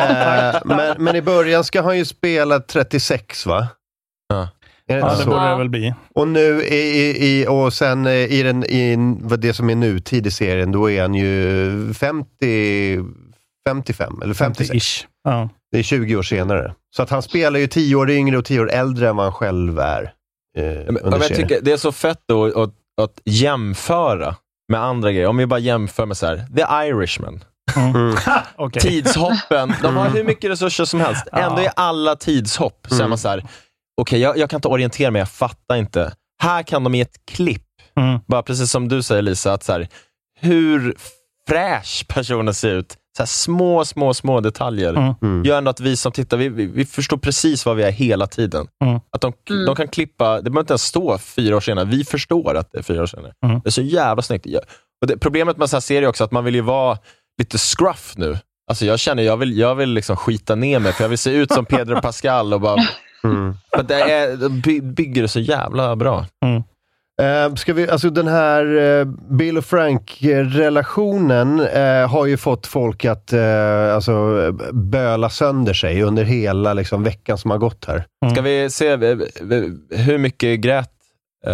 Eh, men, men i början ska han ju spela trettiosex, va?
Ja.
Är det
Ja,
inte
det
så?
borde det väl bli.
Och nu i, i, i, och sen eh, i, den, i vad det som är nutid i serien, då är han ju femtio, femtiofem eller femtiosex.
Ish. Ja.
Det är tjugo år senare. Så att han spelar ju tio år yngre och tio år äldre än vad han själv är. Eh,
Men,
under
men jag
serien.
tycker det är så fett då att, att jämföra med andra grejer. Om vi bara jämför med så här, The Irishman.
Mm.
Okej.
Tidshoppen, de har hur mycket resurser som helst.
Ja.
Ändå är alla tidshopp så är
Mm.
man så här, okej, jag, jag kan inte orientera mig, jag fattar inte. Här kan de i ett klipp,
Mm.
bara precis som du säger, Lisa, att så här, hur fräsch personen ser ut. Så här, små, små, små detaljer.
Mm.
Mm.
Gör ändå att vi som tittar, vi, vi, vi förstår precis vad vi är hela tiden.
Mm.
Att de,
Mm.
de kan klippa, det behöver inte ens stå fyra år senare. Vi förstår att det är fyra år senare.
Mm.
Det är så jävla snyggt. Jag- Och det, problemet med så här serier är också att man vill ju vara lite scruff nu. Alltså jag känner, jag vill, jag vill liksom skita ner mig, för jag vill se ut som Pedro Pascal och bara...
Mm.
För det är, de by- bygger det så jävla bra.
Mm.
Eh, ska vi, alltså den här eh, Bill och Frank-relationen eh, har ju fått folk att eh, alltså, böla sönder sig under hela liksom, veckan som har gått här.
Mm.
Ska vi se eh, hur mycket grät eh,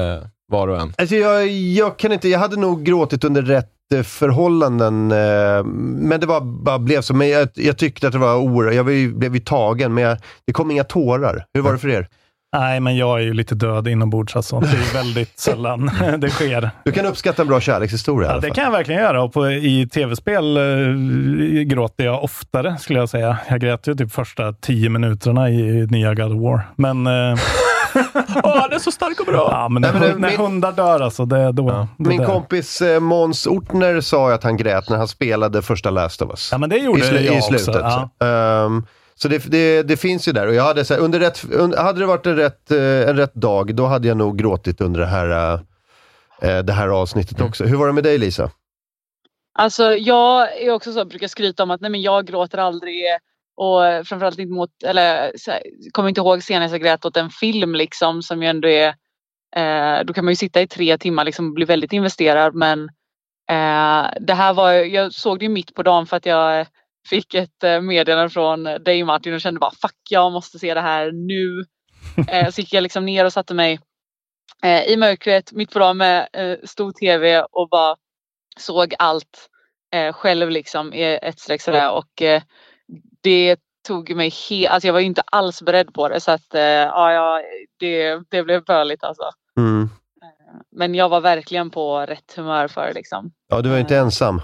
var och en.
Alltså jag, jag kan inte, jag hade nog gråtit under rätt förhållanden, eh, men det var, bara blev så. Men jag, jag tyckte att det var oerhört, jag blev, blev ju tagen, men jag, det kom inga tårar. Hur var det för er?
Nej, men jag är ju lite död inombords, alltså. Det är väldigt sällan det sker.
Du kan uppskatta en bra kärlekshistoria.
Ja, det kan jag verkligen göra. Och på, i tv-spel eh, gråter jag oftare, skulle jag säga. Jag grät ju typ första tio minuterna i nya God of War. Men... Eh,
Åh, det är så stark och bra.
Ja, men när,
Nej, men det,
när
min,
hundar dör alltså, det, då, ja. det
Min
där.
kompis eh, Måns Ortner sa att han grät när han spelade första Last of Us.
Ja, men det gjorde
I, slu-
jag
i slutet.
också. Ja.
Så, um, så det, det, det finns ju där. Och jag hade, så här, under rätt, under, hade det varit en rätt, uh, en rätt dag, då hade jag nog gråtit under det här, uh, det här avsnittet mm. också. Hur var det med dig, Lisa?
Alltså jag är också så, brukar skryta om att nej, men jag gråter aldrig. Och framförallt inte mot, eller så här, kommer inte ihåg senast jag grät åt en film liksom, som ju ändå är, eh, då kan man ju sitta i tre timmar liksom och bli väldigt investerad, men eh, det här var, jag såg det ju mitt på dagen för att jag fick ett eh, meddelande från dig, Martin, och kände bara fuck, jag måste se det här nu. eh, så gick jag liksom ner och satte mig eh, i mörkret mitt på dagen med eh, stor tv och bara såg allt eh, själv liksom i ett streck sådär, och eh, det tog mig helt, alltså jag var ju inte alls beredd på det, så att eh, ja, ja det, det blev börligt alltså.
Mm.
Men jag var verkligen på rätt humör för liksom.
Ja, du var inte ensam.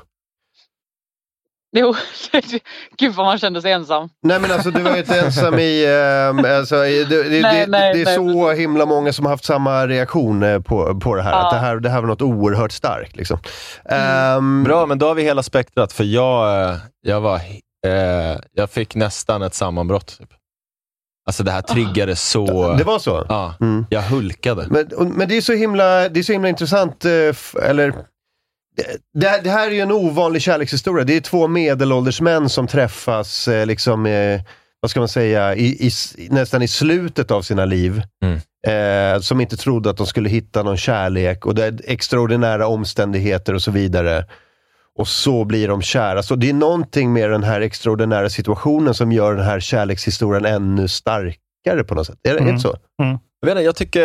Jo, gud vad man kände sig ensam.
Nej, men alltså du var ju inte ensam i, eh, alltså, det, det, nej, det, nej, det är nej. så himla många som har haft samma reaktion eh, på, på det här. Ja. Att det här, det här var något oerhört starkt liksom.
Mm. Um, Bra, men då har vi hela spektrat, för jag, jag var Eh, jag fick nästan ett sammanbrott typ. Alltså det här triggade så.
Det var så?
Ja, mm. jag hulkade.
Men, men det är så himla, det är så himla intressant, eh, f- eller det, det här är ju en ovanlig kärlekshistoria. Det är två medelålders män som träffas eh, liksom, eh, vad ska man säga, i, i, nästan i slutet av sina liv.
Mm.
Eh, som inte trodde att de skulle hitta någon kärlek, och det är extraordinära omständigheter och så vidare. Och så blir de kära. Så det är någonting med den här extraordinära situationen som gör den här kärlekshistorien ännu starkare på något sätt. Är det
mm.
inte så?
Mm.
Jag vet inte, jag tycker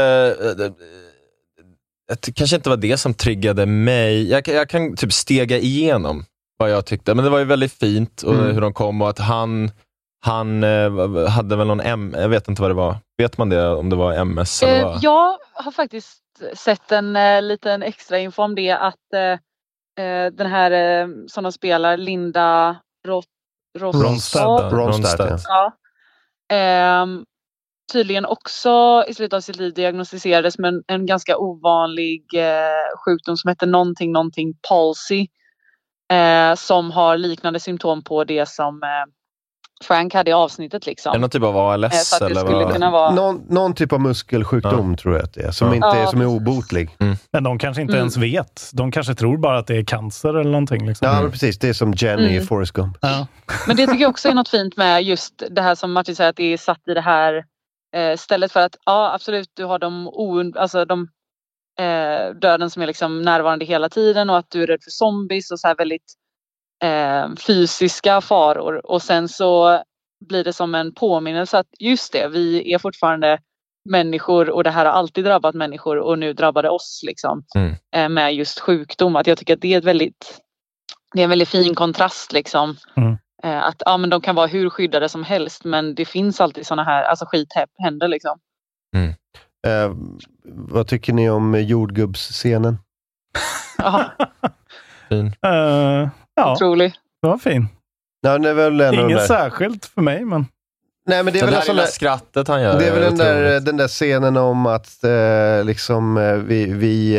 att det kanske inte var det som triggade mig. Jag, jag kan typ stega igenom vad jag tyckte. Men det var ju väldigt fint och mm. hur de kom, och att han han hade väl någon M, jag vet inte vad det var. Vet man det, om det var M S eller vad?
Jag har faktiskt sett en uh, liten extra info om det, att uh, Uh, den här uh, som de spelar, Linda Rot-
Ronstadt.
Ronstadt,
ja. Ja. Um, tydligen också i slutet av sitt liv diagnostiserades med en, en ganska ovanlig uh, sjukdom som heter någonting, någonting palsy. Uh, som har liknande symptom på det som uh, Frank hade i avsnittet liksom.
Är det någon typ av A L S
uh,
eller
vad? Kunna vara...
någon, någon typ av muskelsjukdom ja. tror jag att det är. Som,
ja.
inte är,
ja.
som är obotlig.
Mm.
Men de kanske inte
mm.
ens vet. De kanske tror bara att det är cancer eller någonting. Liksom.
Ja, mm. precis. Det är som Jenny
mm.
i Forrest Gump.
Ja.
Men det tycker jag också är något fint med just det här som Martin säger, att det är satt i det här eh, stället för att, ja absolut, du har de, ound- alltså de eh, döden som är liksom närvarande hela tiden, och att du är rädd för zombies och så här väldigt eh, fysiska faror, och sen så blir det som en påminnelse att just det, vi är fortfarande människor, och det här har alltid drabbat människor och nu drabbade oss liksom,
mm.
eh, med just sjukdom. Att jag tycker att det är ett väldigt det är en väldigt fin kontrast liksom.
Mm.
Eh, att ja, men de kan vara hur skyddade som helst, men det finns alltid såna här, alltså skit händer liksom.
Mm.
Eh, vad tycker ni om jordgubbsscenen?
Ja.
Fin.
Uh, ja,
otrolig.
Det var fin.
Ja, det är väl
Inget särskilt för mig, men...
Nej, men det är
det
väl
där
en sån
lilla
där...
skrattet han gör.
Det är väl den där, den där scenen om att eh, liksom eh, vi, vi,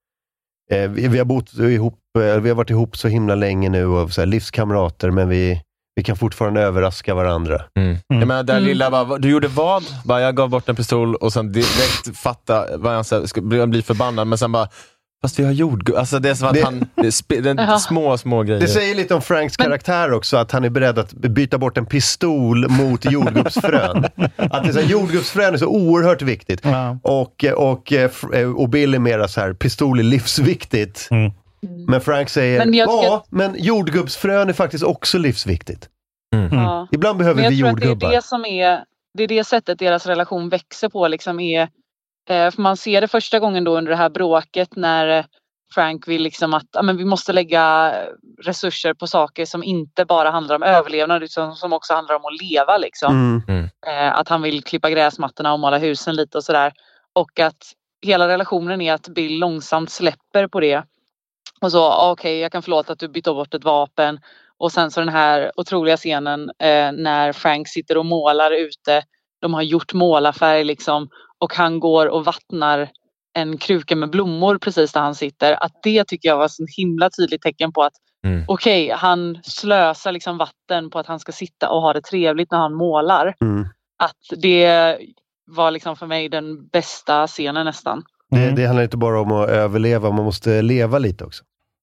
eh, vi, vi har bott ihop, eh, vi har varit ihop så himla länge nu och så här, livskamrater, men vi, vi kan fortfarande överraska varandra.
Mm. Mm. Jag menar, den lilla bara, du gjorde vad? Bara, jag gav bort en pistol och sen direkt fatta vad han ska, ska bli, bli förbannad, men sen bara, fast vi har jordgubb. Alltså det är som att
det,
han, det är sp- den, små, små grejer.
Det säger lite om Franks karaktär också, att han är beredd att byta bort en pistol mot jordgubbsfrön. Att det är så här, jordgubbsfrön är så oerhört viktigt.
Ja.
Och, och, och Bill är mera så här, pistol är livsviktigt.
Mm.
Men Frank säger,
men
ja,
att...
men jordgubbsfrön är faktiskt också livsviktigt.
Mm.
Ja.
Ibland behöver
men jag
vi
tror
jordgubbar.
Att det är det som är, det är det sättet deras relation växer på liksom, är Eh, för man ser det första gången då under det här bråket när Frank vill liksom att ja, men vi måste lägga resurser på saker som inte bara handlar om överlevnad utan som också handlar om att leva liksom.
Mm.
Eh, att han vill klippa gräsmattorna och måla husen lite och sådär. Och att hela relationen är att Bill långsamt släpper på det. Och så, okej, okay, jag kan förlåta att du bytte bort ett vapen. Och sen så den här otroliga scenen eh, när Frank sitter och målar ute. De har gjort målarfärg liksom. Och han går och vattnar en kruka med blommor precis där han sitter. Att det tycker jag var så himla tydligt tecken på att mm. okej, okay, han slösar liksom vatten på att han ska sitta och ha det trevligt när han målar.
Mm.
Att det var liksom för mig den bästa scenen nästan.
Det, det handlar inte bara om att överleva, man måste leva lite också.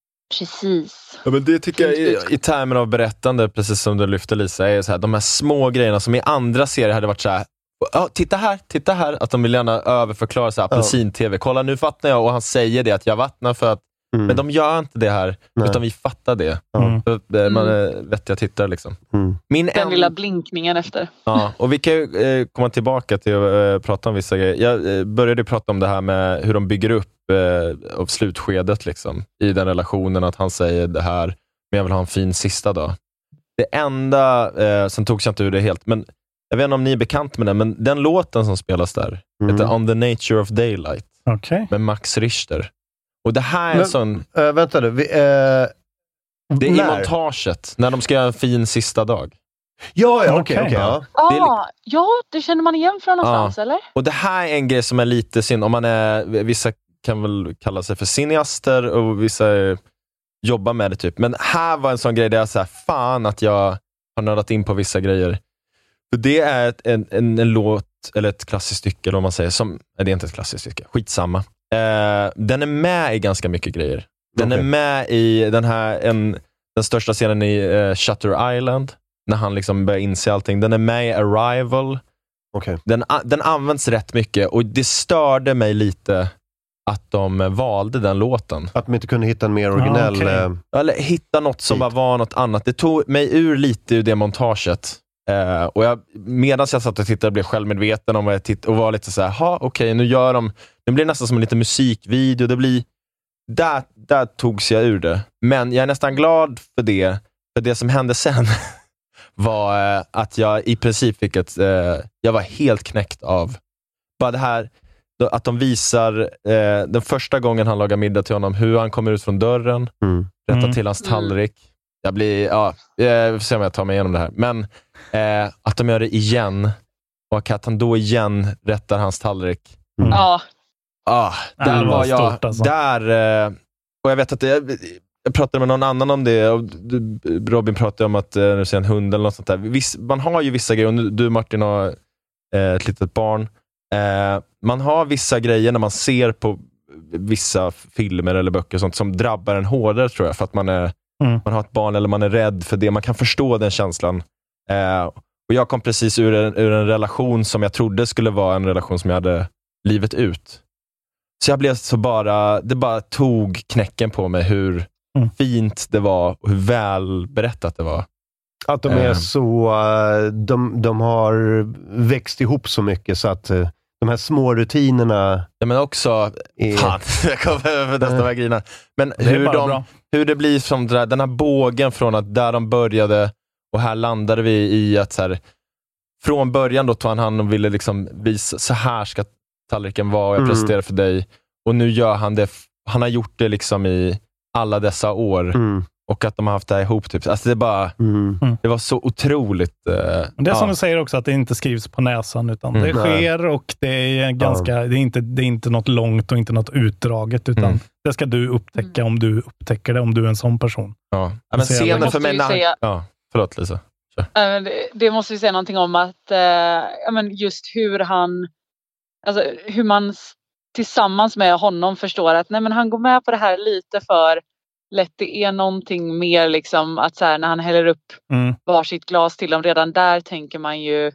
Precis.
Ja, men det tycker jag i, i termer av berättande, precis som du lyfter Lisa, är så här, de här små grejerna som i andra serier hade varit så här. Ja, titta här, titta här, att de vill gärna överförklara så här, apelsin-tv. Kolla, nu fattar jag, och han säger det att jag vattnar för att mm. men de gör inte det här. Nej. Utan vi fattar det. Mm. För, man är vettiga tittare liksom.
Mm.
Min Den en... lilla blinkningen efter.
Ja, och vi kan ju eh, komma tillbaka till att eh, prata om vissa grejer. Jag eh, började prata om det här med hur de bygger upp eh, av slutskedet liksom, i den relationen, att han säger det här, men jag vill ha en fin sista dag. Det enda, eh, sen togs jag inte ur det helt, men jag vet inte om ni är bekant med den, men den låten som spelas där mm. heter On the Nature of Daylight.
Okay.
Med Max Richter. Och det här är
men,
en sån...
Äh, vänta nu. Vi, äh,
det är
när?
i montaget, när de ska göra en fin sista dag.
Ja, ja, okej. Okay, okay, ja.
Ah, ja, det känner man igen från någonstans,
ja.
eller?
Och det här är en grej som är lite synd. Om man är, vissa kan väl kalla sig för cineaster och vissa jobbar med det typ. Men här var en sån grej där jag säger fan att jag har nördat in på vissa grejer. För det är ett, en, en, en låt, eller ett klassiskt stycke, eller om man säger, som, det är inte ett klassiskt stycke, skitsamma. Eh, den är med i ganska mycket grejer. Den okay. är med i den här, en, den största scenen i uh, Shutter Island, när han liksom börjar inse allting. Den är med i Arrival.
Okay.
Den, den används rätt mycket, och det störde mig lite att de valde den låten.
Att de inte kunde hitta en mer originell...
Ja, okay. Eller hitta något som bara var något annat. Det tog mig ur lite ur det montaget. Uh, och jag, medan jag satt och tittade, blev självmedveten om vad jag tittade och var lite så här, ha okej, okay, nu gör de, det blir nästan som en liten musikvideo, det blir, där, där togs jag ur det. Men jag är nästan glad för det, för det som hände sen var uh, att jag i princip fick ett, uh, jag var helt knäckt av bara det här, att de visar uh, den första gången han lagar middag till honom, hur han kommer ut från dörren,
mm.
rättar
Mm.
till hans tallrik. Jag blir, ja, jag får se om jag tar mig igenom det här. Men eh, att de gör det igen, och att han då igen rättar hans tallrik.
Mm. Ja.
Ah, där
det var
var jag,
stort, alltså.
där, eh, och jag vet att jag, jag pratade med någon annan om det, och du, Robin pratade om att eh, se en hund eller något sånt där. Viss, man har ju vissa grejer, och du Martin har eh, ett litet barn. Eh, man har vissa grejer när man ser på vissa filmer eller böcker och sånt som drabbar en hårdare, tror jag, för att man är Mm. man har ett barn eller man är rädd för det. Man kan förstå den känslan. Eh, och jag kom precis ur en, ur en relation som jag trodde skulle vara en relation som jag hade livet ut. Så jag blev så bara, det bara tog knäcken på mig hur mm. fint det var och hur väl berättat det var.
Att de är eh. så, de, de har växt ihop så mycket så att de här små rutinerna...
Ja, men också... Är... Fan, jag kommer över nästa väg grina. Men hur, de, hur det blir som där, den här bågen från att där de började, och här landade vi i att så här, från början då tog han hand och ville liksom visa, så här ska tallriken vara, och jag mm. presenterar för dig. Och nu gör han det, han har gjort det liksom i alla dessa år.
Mm.
Och att de har haft det här ihop typ. Alltså det bara,
mm.
det var så otroligt. Uh,
det är som ja. du säger också, att det inte skrivs på näsan, utan mm. det sker, och det är ganska, ja. det är inte, det är inte något långt och inte något utdraget, utan mm. det ska du upptäcka om du upptäcker det, om du är en sån person.
Ja, ja men scenen för mig, när, ja, förlåt Lisa.
Äh, det, det måste vi säga någonting om att, äh, ja, men just hur han, alltså hur man tillsammans med honom förstår att nej, men han går med på det här lite för lätt. Det är någonting mer liksom, att så här, när han häller upp mm. varsitt glas till dem, redan där tänker man ju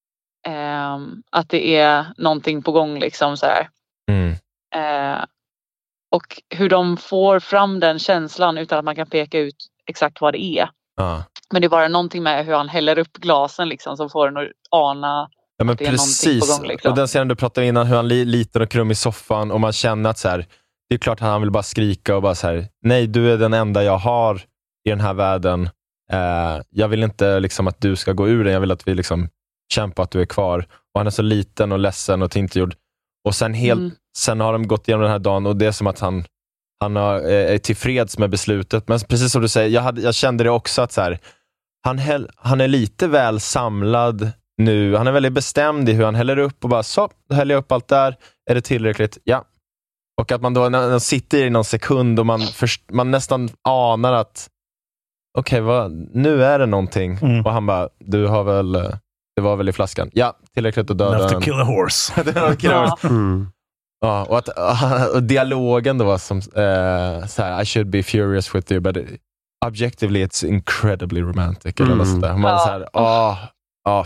eh, att det är någonting på gång liksom så här.
Mm.
Eh, och hur de får fram den känslan utan att man kan peka ut exakt vad det är.
Ah.
Men det är bara någonting med hur han häller upp glasen liksom, som får en att ana
Ja, men
det är
precis.
någonting på gång. Liksom.
Och den scenen du pratade innan, hur han är liten och krum i soffan och man känner att så här, det är klart att han vill bara skrika och bara så här, nej, du är den enda jag har i den här världen. Eh, jag vill inte liksom att du ska gå ur den, jag vill att vi liksom kämpar att du är kvar. Och han är så liten och ledsen och tillgjord. Och sen, helt, mm. sen har de gått igenom den här dagen och det är som att han, han har, är tillfreds med beslutet. Men precis som du säger, jag, hade, jag kände det också att så här, han, häll, han är lite väl samlad nu. Han är väldigt bestämd i hur han häller upp och bara, så, då häller jag upp allt där. Är det tillräckligt? Ja. Och att man då när man sitter i någon sekund och man, först, man nästan anar att okej, okay, nu är det någonting. Mm. Och han bara, du har väl, det var väl i flaskan. Ja, tillräckligt att döda
Enough
en.
to kill a horse.
ja. Mm. Ja, och, att, och dialogen då var som uh, så här, I should be furious with you, but objectively it's incredibly romantic. Mm. Eller så där. Man ja. Så här, åh, åh,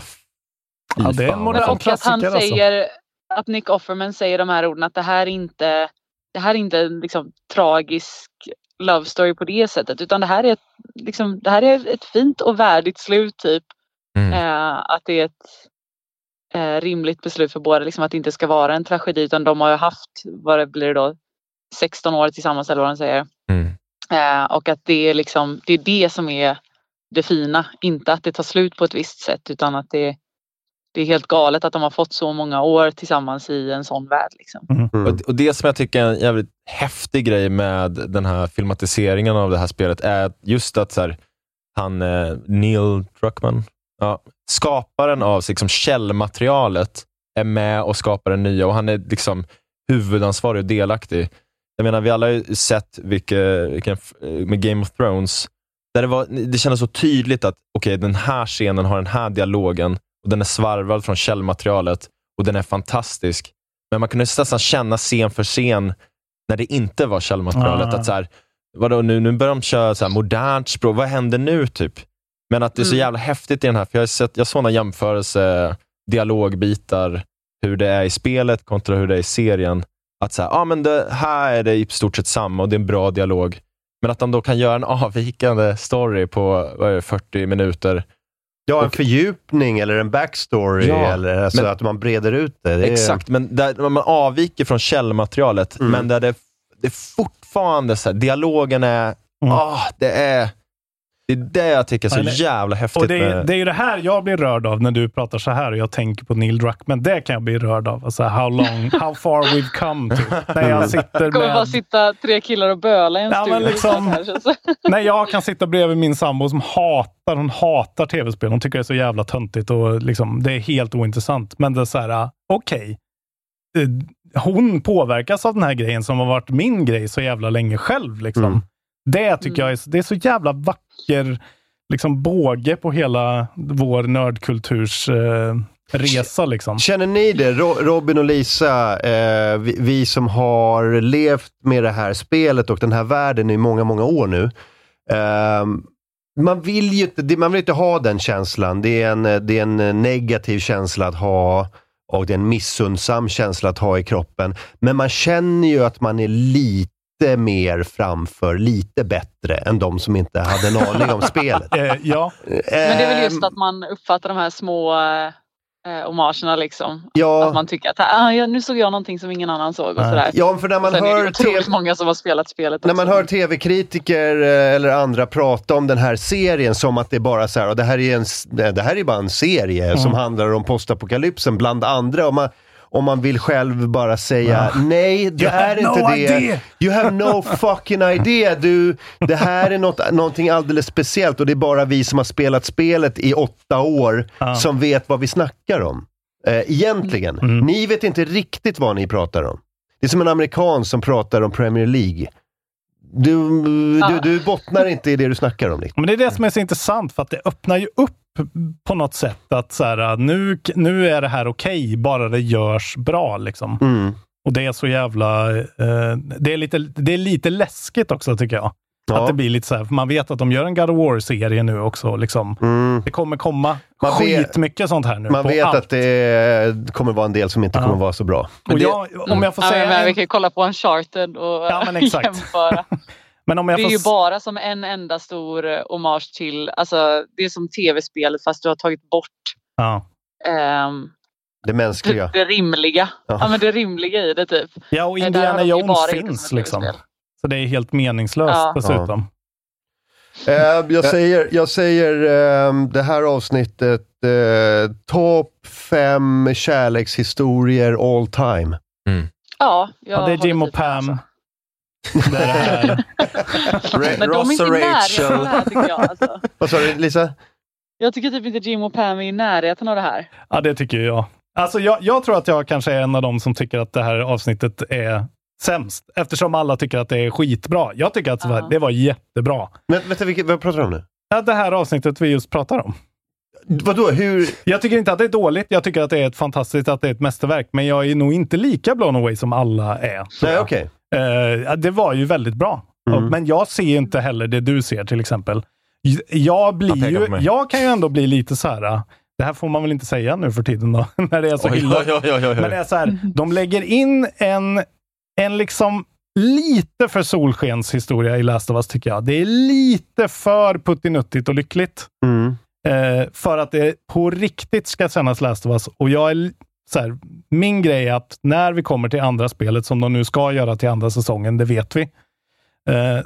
ja, det är en modern
och att han säger, alltså. Att Nick Offerman säger de här orden, att det här inte, det här är inte liksom tragisk love story på det sättet, utan det här är ett, liksom, det här är ett fint och värdigt slut typ. Mm. Eh, att det är ett eh, rimligt beslut för båda, liksom, att det inte ska vara en tragedi, utan de har ju haft, vad det blir då, sexton år tillsammans eller vad de säger. Mm. Eh, och att det är liksom, det är det som är det fina, inte att det tar slut på ett visst sätt, utan att det Det är helt galet att de har fått så många år tillsammans i en sån värld. Liksom.
Mm. Mm. Och, och det som jag tycker är en jävligt häftig grej med den här filmatiseringen av det här spelet är just att så här, han, eh, Neil Druckmann, ja, skaparen av liksom, källmaterialet är med och skapar den nya. Och han är liksom huvudansvarig och delaktig. Jag menar, vi alla har ju sett vilka, vilka, med Game of Thrones där det, var, det kändes så tydligt att okej, okay, den här scenen har den här dialogen. Och den är svarvad från källmaterialet. Och den är fantastisk. Men man kunde nästan känna scen för scen när det inte var källmaterialet. Ah. Att så här, vadå, nu, nu börjar de köra så här modernt språk. Vad händer nu typ? Men att det är så jävla mm. häftigt i den här. För jag har sett, jag såg några jämförelse dialogbitar. Hur det är i spelet kontra hur det är i serien. Att så här, ja ah, men det här är det i stort sett samma. Och det är en bra dialog. Men att de då kan göra en avvikande story på vad är det, fyrtio minuter.
Ja, en och, fördjupning eller en backstory ja, eller alltså men, att man breder ut det. det
exakt, är... men där man avviker från källmaterialet mm. men där det, det är fortfarande så här, dialogen är mm. ah, det är det är det jag tycker är så Nej, jävla häftigt.
Och det är,
med...
det är ju det här jag blir rörd av när du pratar så här och jag tänker på Neil Druckmann. Det kan jag bli rörd av. Alltså, how long, how far we've come typ. När jag sitter med...
Kommer bara sitta tre killar och böla i en
ja, studio. Liksom, när jag kan sitta bredvid min sambo som hatar, hon hatar tv-spel. Hon tycker det är så jävla töntigt och liksom, det är helt ointressant. Men det är så här, okej. Okay. Hon påverkas av den här grejen som har varit min grej så jävla länge själv liksom. Mm. Det tycker mm. jag är, det är så jävla vacker liksom båge på hela vår nördkulturs eh, resa liksom.
Känner ni det? Ro- Robin och Lisa, eh, vi, vi som har levt med det här spelet och den här världen i många, många år nu. Eh, man vill ju inte, man vill inte ha den känslan. Det är, en, det är en negativ känsla att ha och det är en missundsam känsla att ha i kroppen. Men man känner ju att man är lite mer framför, lite bättre än de som inte hade en aning om spelet.
Eh, ja.
Men det är väl just att man uppfattar de här små eh, homagerna liksom.
Ja.
Att man tycker att ah, ja, nu såg jag någonting som ingen annan såg och sådär.
Ja, för när man
hör
hör
det är det många som har spelat spelet
när
också.
man hör tv-kritiker eller andra prata om den här serien som att det är bara så här, och det här är en det här är bara en serie mm. som handlar om postapokalypsen bland andra, och man om man vill själv bara säga ja. nej, det you är inte no det. Idea. You have no fucking idea. Du, det här är något, någonting alldeles speciellt och det är bara vi som har spelat spelet i åtta år ja. som vet vad vi snackar om. Eh, egentligen. Mm. Ni vet inte riktigt vad ni pratar om. Det är som en amerikan som pratar om Premier League. Du, ja. du, du bottnar inte i det du snackar om.
Men det är det som är så intressant, för att det öppnar ju upp på något sätt att så här, nu, nu är det här okej, okay, bara det görs bra liksom. Mm. Och det är så jävla eh, det, är lite, det är lite läskigt också tycker jag. Ja. Att det blir lite så här, för man vet att de gör en God of War-serie nu också liksom. Mm. Det kommer komma man skitmycket vet, sånt här nu.
Man vet allt. Att det kommer vara en del som inte ja. kommer vara så bra.
Och jag, om jag får
mm.
säga
ja, men
en...
vi kan kolla på Uncharted och
ja, men exakt.
jämföra.
Men om jag
det
får...
är ju bara som en enda stor uh, hommage till, alltså det är som tv-spelet fast du har tagit bort
ja.
um,
Det mänskliga.
Det, det rimliga. Ja. ja, men det rimliga i det typ.
Ja, och Indiana Jones finns liksom. Så det är helt meningslöst ja. dessutom.
Ja. Uh, jag säger, jag säger uh, det här avsnittet uh, topp fem kärlekshistorier all time.
Mm.
Ja, jag
ja, det är Jim och Pam. Det är det här.
Men de är inte i närheten av det här, tycker jag. Alltså.
Vad sa du, Lisa?
Jag tycker typ inte Jim och Pam är i närheten av det här.
Ja, det tycker jag. Alltså, jag, jag tror att jag kanske är en av dem som tycker att det här avsnittet är sämst. Eftersom alla tycker att det är skitbra. Jag tycker att uh-huh. det var jättebra.
Men vänta, vilket, vad pratar du om nu?
Ja, det här avsnittet vi just pratar om.
Vadå, hur?
Jag tycker inte att det är dåligt. Jag tycker att det är ett fantastiskt, att det är ett mästerverk. Men jag är nog inte lika blown away som alla är.
Nej, okej.
Okay. Uh, det var ju väldigt bra. Mm. Men jag ser inte heller det du ser till exempel. Jag blir jag ju, jag kan ju ändå bli lite så här. Det här får man väl inte säga nu för tiden då. När det är så illa.
Oj, oj, oj, oj.
Men det är så här, de lägger in en, en liksom lite för solskenshistoria i Last of Us, tycker jag. Det är lite för puttinuttigt och lyckligt.
Mm.
Eh, för att det på riktigt ska kännas Last of Us. Och jag är så här, min grej är att när vi kommer till andra spelet, som de nu ska göra till andra säsongen, det vet vi. Eh,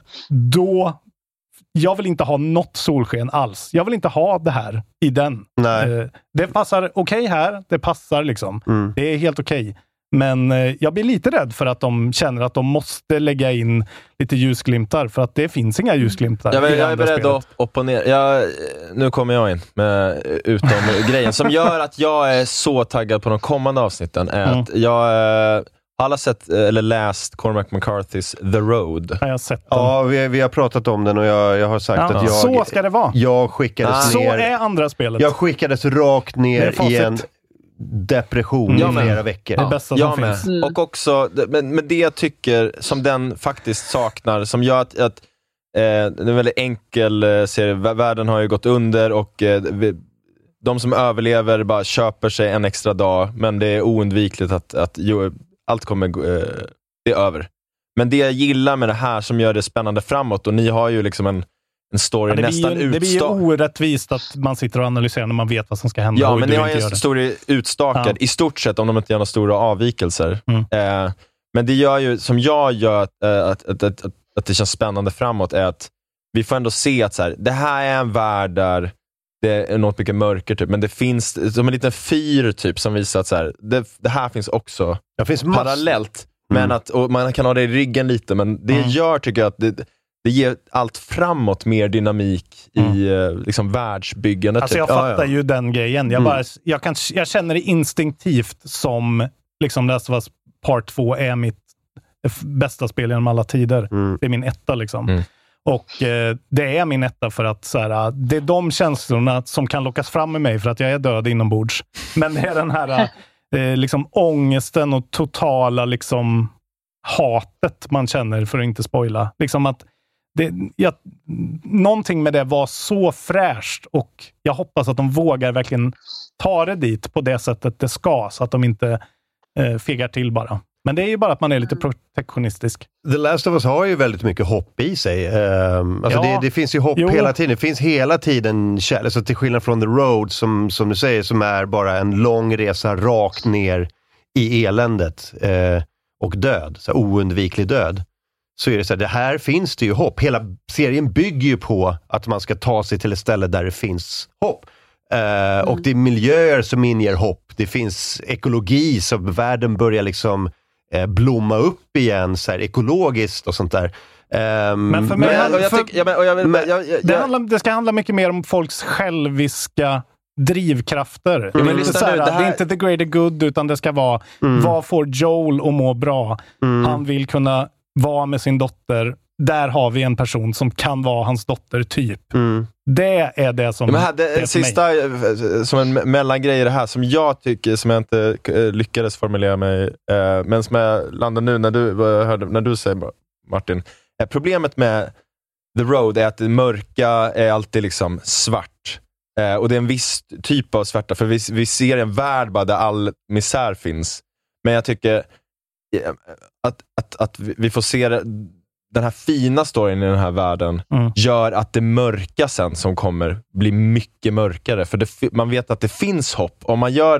då jag vill inte ha något solsken alls. Jag vill inte ha det här i den.
Nej.
Eh, det passar okej okay här. Det passar liksom.
Mm.
Det är helt okej. Okay. Men eh, jag blir lite rädd för att de känner att de måste lägga in lite ljusglimtar. För att det finns inga ljusglimtar.
Jag, jag är beredd att opponera. Jag, nu kommer jag in med utom grejen. Som gör att jag är så taggad på de kommande avsnitten. Är mm. att jag... Eh, alla sett eller läst Cormac McCarthy's The Road?
Jag har sett den.
Ja, vi, vi har pratat om den och jag, jag har sagt ja, att jag...
Så ska det vara.
Jag skickades
ah,
ner...
Så är andra spelet.
Jag skickades rakt ner i en depression mm. i flera veckor.
Det bästa
jag
som
med.
finns.
Mm. Och också, men, men det jag tycker som den faktiskt saknar, som gör att, att eh, det är en väldigt enkel eh, serie. Världen har ju gått under och eh, vi, de som överlever bara köper sig en extra dag, men det är oundvikligt att, att jo, allt kommer eh, det är över. Men det jag gillar med det här som gör det spännande framåt, och ni har ju liksom en, en story ja, nästan utstakad. Det
blir ju orättvist att man sitter och analyserar när man vet vad som ska hända.
Ja, men ni har ju en story utstakad ja. i stort sett, om de inte gör några stora avvikelser.
Mm.
Eh, men det gör ju, som jag gör att, att, att, att, att, att det känns spännande framåt, är att vi får ändå se att så här, det här är en värld där det är något mycket mörker typ, men det finns som en liten fyr typ som visar att så här, det, det här finns också
det finns
parallellt, mm. men att, och man kan ha det i ryggen lite, men det mm. gör tycker jag att det, det ger allt framåt mer dynamik mm. i liksom världsbyggandet.
Alltså
typ.
jag fattar
ja, ja.
ju den grejen. Jag,
mm.
bara, jag, kan, jag känner det instinktivt som liksom Last of Us Part två är mitt bästa spel genom alla tider.
Mm.
Det är min etta liksom.
Mm.
Och eh, det är min etta för att så här, det är de känslorna som kan lockas fram med mig för att jag är död inombords. Men det är den här eh, liksom ångesten och totala liksom hatet man känner, för att inte spoila. Liksom att det, ja, någonting med det var så fräscht, och jag hoppas att de vågar verkligen ta det dit på det sättet det ska, så att de inte eh, fegar till bara. Men det är ju bara att man är lite protektionistisk.
The Last of Us har ju väldigt mycket hopp i sig. Um, alltså
ja.
det, det finns ju hopp jo. hela tiden. Det finns hela tiden kärlek. Alltså till skillnad från The Road, som, som du säger, som är bara en lång resa rakt ner i eländet uh, och död. Så oundviklig död. Så är det så här, det här finns det ju hopp. Hela serien bygger ju på att man ska ta sig till ett ställe där det finns hopp. Uh, mm. Och det är miljöer som inger hopp. Det finns ekologi, så världen börjar liksom blomma upp igen så här, ekologiskt och sånt där. Um,
men för mig, men, och jag tyck, ja, men, och jag vill, men, jag, jag, det, handlar, det ska handla mycket mer om folks själviska drivkrafter.
Mm.
Det, är inte så här, det, här... det är inte the greater good, utan det ska vara mm. vad får Joel att må bra? Mm. Han vill kunna vara med sin dotter. Där har vi en person som kan vara hans dotter typ.
Mm.
Det är det som...
Ja, men här, det, det sista, mig. Som en mellangrej i det här, som jag tycker, som jag inte lyckades formulera mig, eh, men som jag landar nu när du, hörde, när du säger, Martin. Eh, problemet med The Road är att det mörka är alltid liksom svart. Eh, och det är en viss typ av svarta, för vi, vi ser en värld bara där all misär finns. Men jag tycker eh, att, att, att vi får se det, den här fina storyn i den här världen mm. gör att det mörka sen som kommer blir mycket mörkare. För det, man vet att det finns hopp. Om man gör det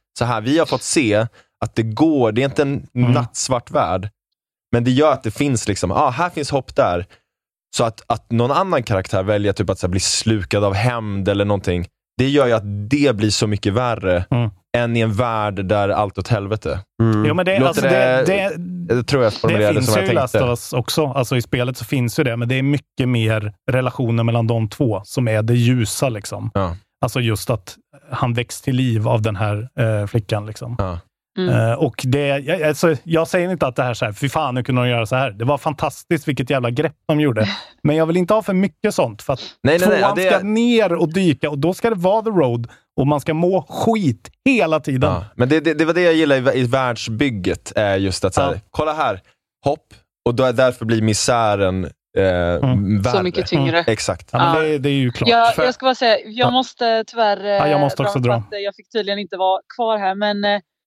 så här, vi har fått se att det går, det är inte en mm. nattsvart värld, men det gör att det finns liksom, ah, här finns hopp där. Så att, att någon annan karaktär väljer typ att så här, bli slukad av hämnd eller någonting, det gör ju att det blir så mycket värre mm. än i en värld där allt åt helvete.
Mm. Jo, men det, alltså, det, det,
det tror jag
det finns
som
ju
jag tänkte.
också. Alltså i spelet så finns ju det, men det är mycket mer relationer mellan de två som är det ljusa liksom.
Ja.
Alltså just att han väcks till liv av den här eh, flickan liksom.
Ja.
Mm. Uh, och det, jag, alltså, jag säger inte att det här så här, fy fan, nu kunde de göra så här. Det var fantastiskt vilket jävla grepp de gjorde. Men jag vill inte ha för mycket sånt, för att
nej, nej,
tvåan
nej, det...
ska ner och dyka, och då ska det vara the road och man ska må skit hela tiden.
Ja. Men det, det, det var det jag gillar i, i världsbygget, är just att så här, ja. kolla här, hopp, och då är därför blir misären eh, mm. värre.
Så mycket tyngre.
Mm. Exakt.
Ja, men det, det är ju klart.
Jag,
för...
jag ska bara säga, jag ja. måste tyvärr
ja, jag måste också dra.
Att jag fick tydligen inte vara kvar här, men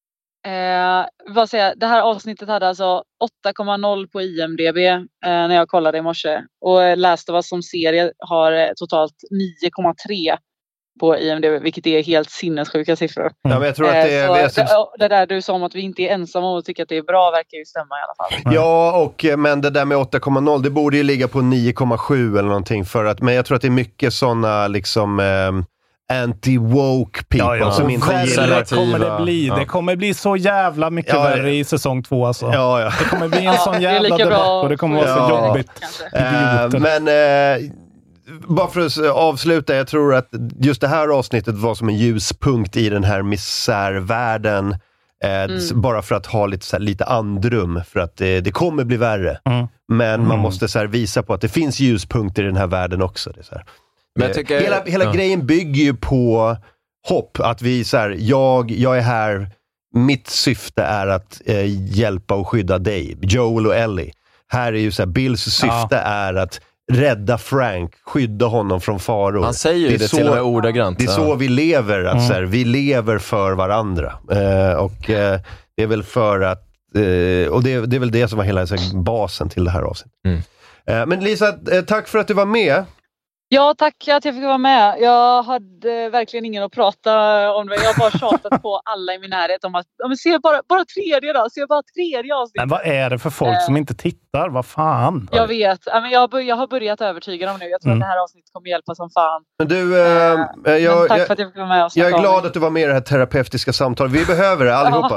Eh, vad säger, det här avsnittet hade alltså åtta komma noll på I M D B eh, när jag kollade i morse. Och Last of Us som serie har eh, totalt nio komma tre på I M D B, vilket är helt sinnessjuka siffror.
Ja, men jag tror att det, är,
eh, så, det, det där du sa om att vi inte är ensamma och tycker att det är bra verkar ju stämma i alla fall.
Ja, och, men det där med åtta komma noll, det borde ju ligga på nio komma sju eller någonting. För att, men jag tror att det är mycket sådana liksom... Eh, anti-woke people ja, ja. som inte gillar
det kommer det bli. Ja. Det kommer bli så jävla mycket ja, värre i säsong två alltså.
Ja, ja.
Det kommer bli en sån jävla debatt och det kommer vara så ja. jobbigt.
Uh, men uh, bara för att avsluta, jag tror att just det här avsnittet var som en ljuspunkt i den här misärvärlden. Uh, mm. Bara för att ha lite, så här, lite andrum, för att det, det kommer bli värre. Mm. Men mm. man måste så här, visa på att det finns ljuspunkter i den här världen också. Det är så här. Men jag tycker, hela hela ja. grejen bygger ju på hopp, att vi så här, jag, jag är här, mitt syfte är att eh, hjälpa och skydda dig, Joel och Ellie. Här är ju så här, Bills syfte ja. är att rädda Frank, skydda honom från faror.
Han säger ju det, det
så,
till och med ordagrant.
Det är så vi lever, att, mm. så här, vi lever för varandra. Eh, och eh, det är väl för att, eh, och det, det är väl det som var hela så här, basen till det här avsnittet. Mm. Eh, men Lisa, eh, tack för att du var med.
Ja, tack att jag fick vara med. Jag hade verkligen ingen att prata om det. Jag har bara tjatat på alla i min närhet om att ja, men se bara, bara tredje då. Se bara tredje avsnitt.
Men vad är det för folk äh, som inte tittar? Vad fan?
Jag vet. Jag, jag har börjat övertyga dem nu. Jag tror mm. att det här avsnittet kommer hjälpa som fan.
Men du, äh, äh, jag,
men tack
jag,
för att jag fick vara med. Och
jag är glad att du var med i det här terapeutiska samtalet. Vi behöver det, allihopa.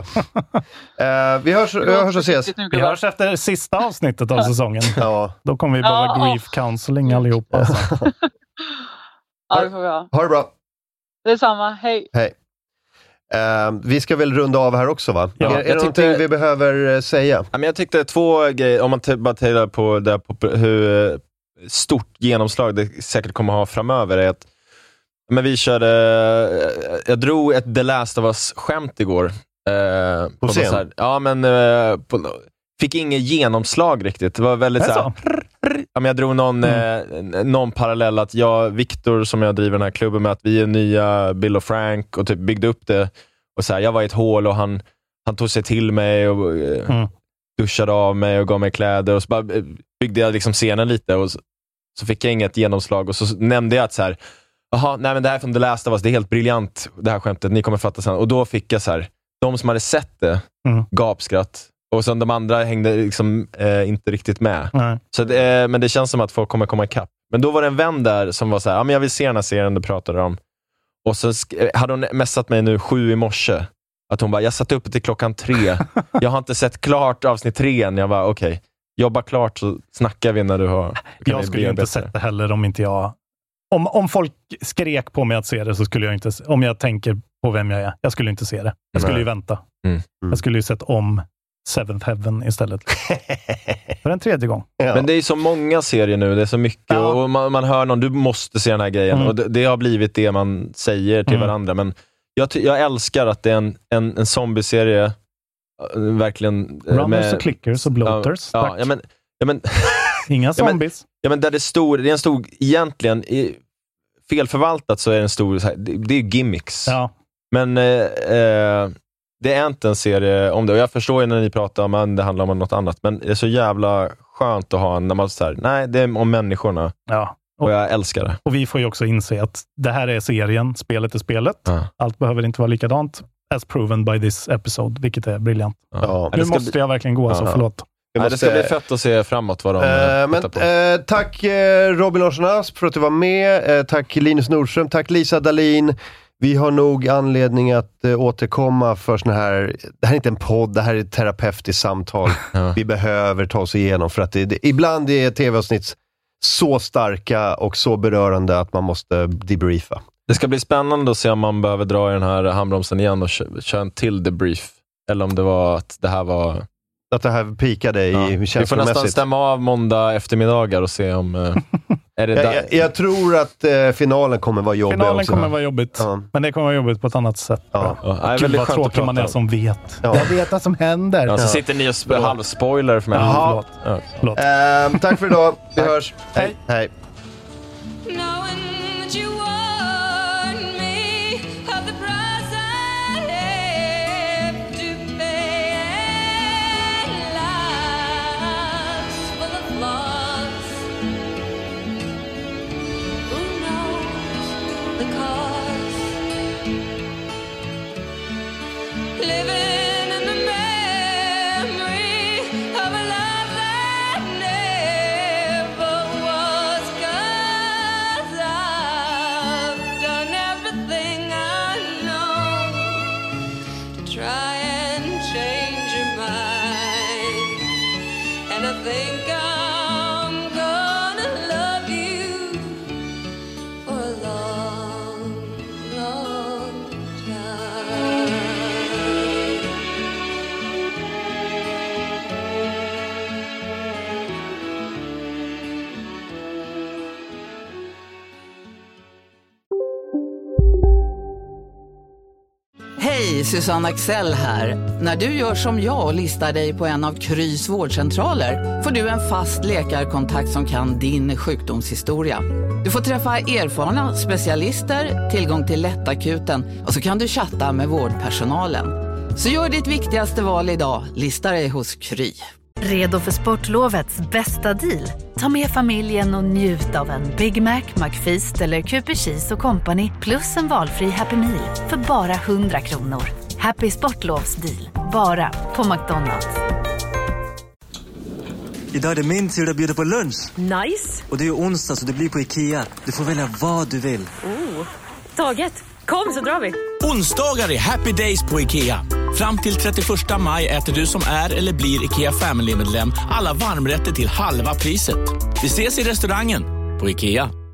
uh, vi hörs, vi hörs och ses.
Vi hörs efter sista avsnittet av säsongen.
Ja.
Då kommer vi behöva ja, grief counseling allihopa. Alltså.
Ja, det får vi ha.
Ha det bra.
Det är samma. Hej.
Hej. Uh, vi ska väl runda av här också, va? Ja, är är det någonting tyckte, vi behöver uh, säga?
Ja, men jag tyckte två grejer, om man t- bara tittar på, det, på hur uh, stort genomslag det säkert kommer ha framöver, är att men vi körde, uh, jag drog ett The Last of Us-skämt igår. Uh,
på scen?
Här, ja, men uh, på, fick ingen genomslag riktigt. Det var väldigt så här, ja, men jag drog någon, mm. eh, någon parallell att jag, Victor, som jag driver den här klubben med, att vi är nya Bill och Frank, och typ byggde upp det. Och så här, jag var i ett hål och han, han tog sig till mig och eh, mm. duschade av mig och gav mig kläder, och så bara byggde jag liksom scenen lite, och så, så fick jag inget genomslag, och så nämnde jag att så här, jaha, nej men det här är från The Last of Us, det är helt briljant det här skämtet, ni kommer fatta sen. Och då fick jag så här, de som hade sett det, mm. gapskratt. Och sen de andra hängde liksom eh, inte riktigt med. Nej. Så det, men det känns som att folk kommer komma ikapp. Men då var det en vän där som var så här, ja men jag vill se den här serien du pratade om. Och så sk- hade hon messat mig nu sju i morse. Att hon bara, jag satt uppe till klockan tre. Jag har inte sett klart avsnitt tre än. Jag bara, okej, okay, jobba klart så snackar vi när du har...
Jag skulle ju inte sett det heller om inte jag... Om, om folk skrek på mig att se det, så skulle jag inte... Om jag tänker på vem jag är, jag skulle inte se det. Jag skulle Nej. ju vänta. Mm. Mm. Jag skulle ju sett om Seventh Heaven istället. För en tredje gång.
Ja. Men det är så många serier nu, det är så mycket. Ja. Och man, man hör någon, du måste se den här grejen. Mm. Och det, det har blivit det man säger till mm. varandra. Men jag, jag älskar att det är en, en, en zombie-serie. Verkligen.
Runners
med,
och clickers och bloaters.
Ja, ja, ja, men, ja, men,
Inga zombies.
Ja, men, ja, men där det, stor, det är en stor, egentligen, i, felförvaltat så är det en stor, så här, det, det är gimmicks.
Ja.
Men... Eh, eh, det är inte en serie om det. Och jag förstår ju när ni pratar om att det handlar om något annat. Men det är så jävla skönt att ha en, när man säger, nej, det är om människorna.
Ja.
Och, och jag älskar det.
Och vi får ju också inse att det här är serien, spelet är spelet. Ja. Allt behöver inte vara likadant. as proven by this episode, vilket är briljant.
Ja.
Nu
Det ska
måste
bli-
jag verkligen gå, alltså,
Ja.
förlåt.
Ja, det ska bli fett att se framåt vad de
Eh,
uh,
men,
på.
eh, tack eh, Robin Larsson Asp för att du var med. Eh, tack Linus Nordström. Tack Lisa Dahlin. Vi har nog anledning att eh, återkomma för såna här... Det här är inte en podd, det här är ett terapeutiskt samtal.
Ja.
Vi behöver ta oss igenom för att det, det, ibland är tv-avsnitt så starka och så berörande att man måste debriefa.
Det ska bli spännande att se om man behöver dra i den här handbromsen igen och kö- köra en till debrief. Eller om det var att det här var...
Att det här pikade i
Ja. Vi får nästan
känslomässigt.
stämma av måndag eftermiddagar och se om... Eh, är det
Jag,
där?
jag, jag tror att eh, finalen kommer vara jobbig
Finalen
också.
kommer vara jobbigt,
Ja.
men det kommer vara jobbigt på ett annat sätt.
Ja.
Ja, det är
Gud
väldigt
vad
skönt att
tråkig man
prata
är
om.
som vet.
Ja.
Jag vet vad som händer.
Ja, så
Ja.
sitter ni och sp- halvspoiler för mig.
Ja,
Ja.
Förlåt.
Ehm, tack för idag. Vi hörs.
Hej.
Hej.
Living in the memory of a love that never was, 'cause I've done everything I know to try and change your mind, and I think I'm gonna love you for a long, long time.
Hej, Susanne Axel här. När du gör som jag och listar dig på en av Krys vårdcentraler får du en fast läkarkontakt som kan din sjukdomshistoria. Du får träffa erfarna specialister, tillgång till lättakuten och så kan du chatta med vårdpersonalen. Så gör ditt viktigaste val idag, lista dig hos Kry.
Redo för sportlovets bästa deal? Ta med familjen och njut av en Big Mac, McFeast eller Cooper Cheese och Company plus en valfri Happy Meal för bara hundra kronor. Happy Sportlovs deal, bara på McDonalds.
Idag är det min tur att bjuda på lunch.
Nice!
Och det är ju onsdag så det blir på Ikea. Du får välja vad du vill.
Oh, taget! Kom så drar vi!
Onsdagar är happy days på Ikea. Fram till trettioförsta maj äter du som är eller blir Ikea Family-medlem alla varmrätter till halva priset. Vi ses i restaurangen på Ikea.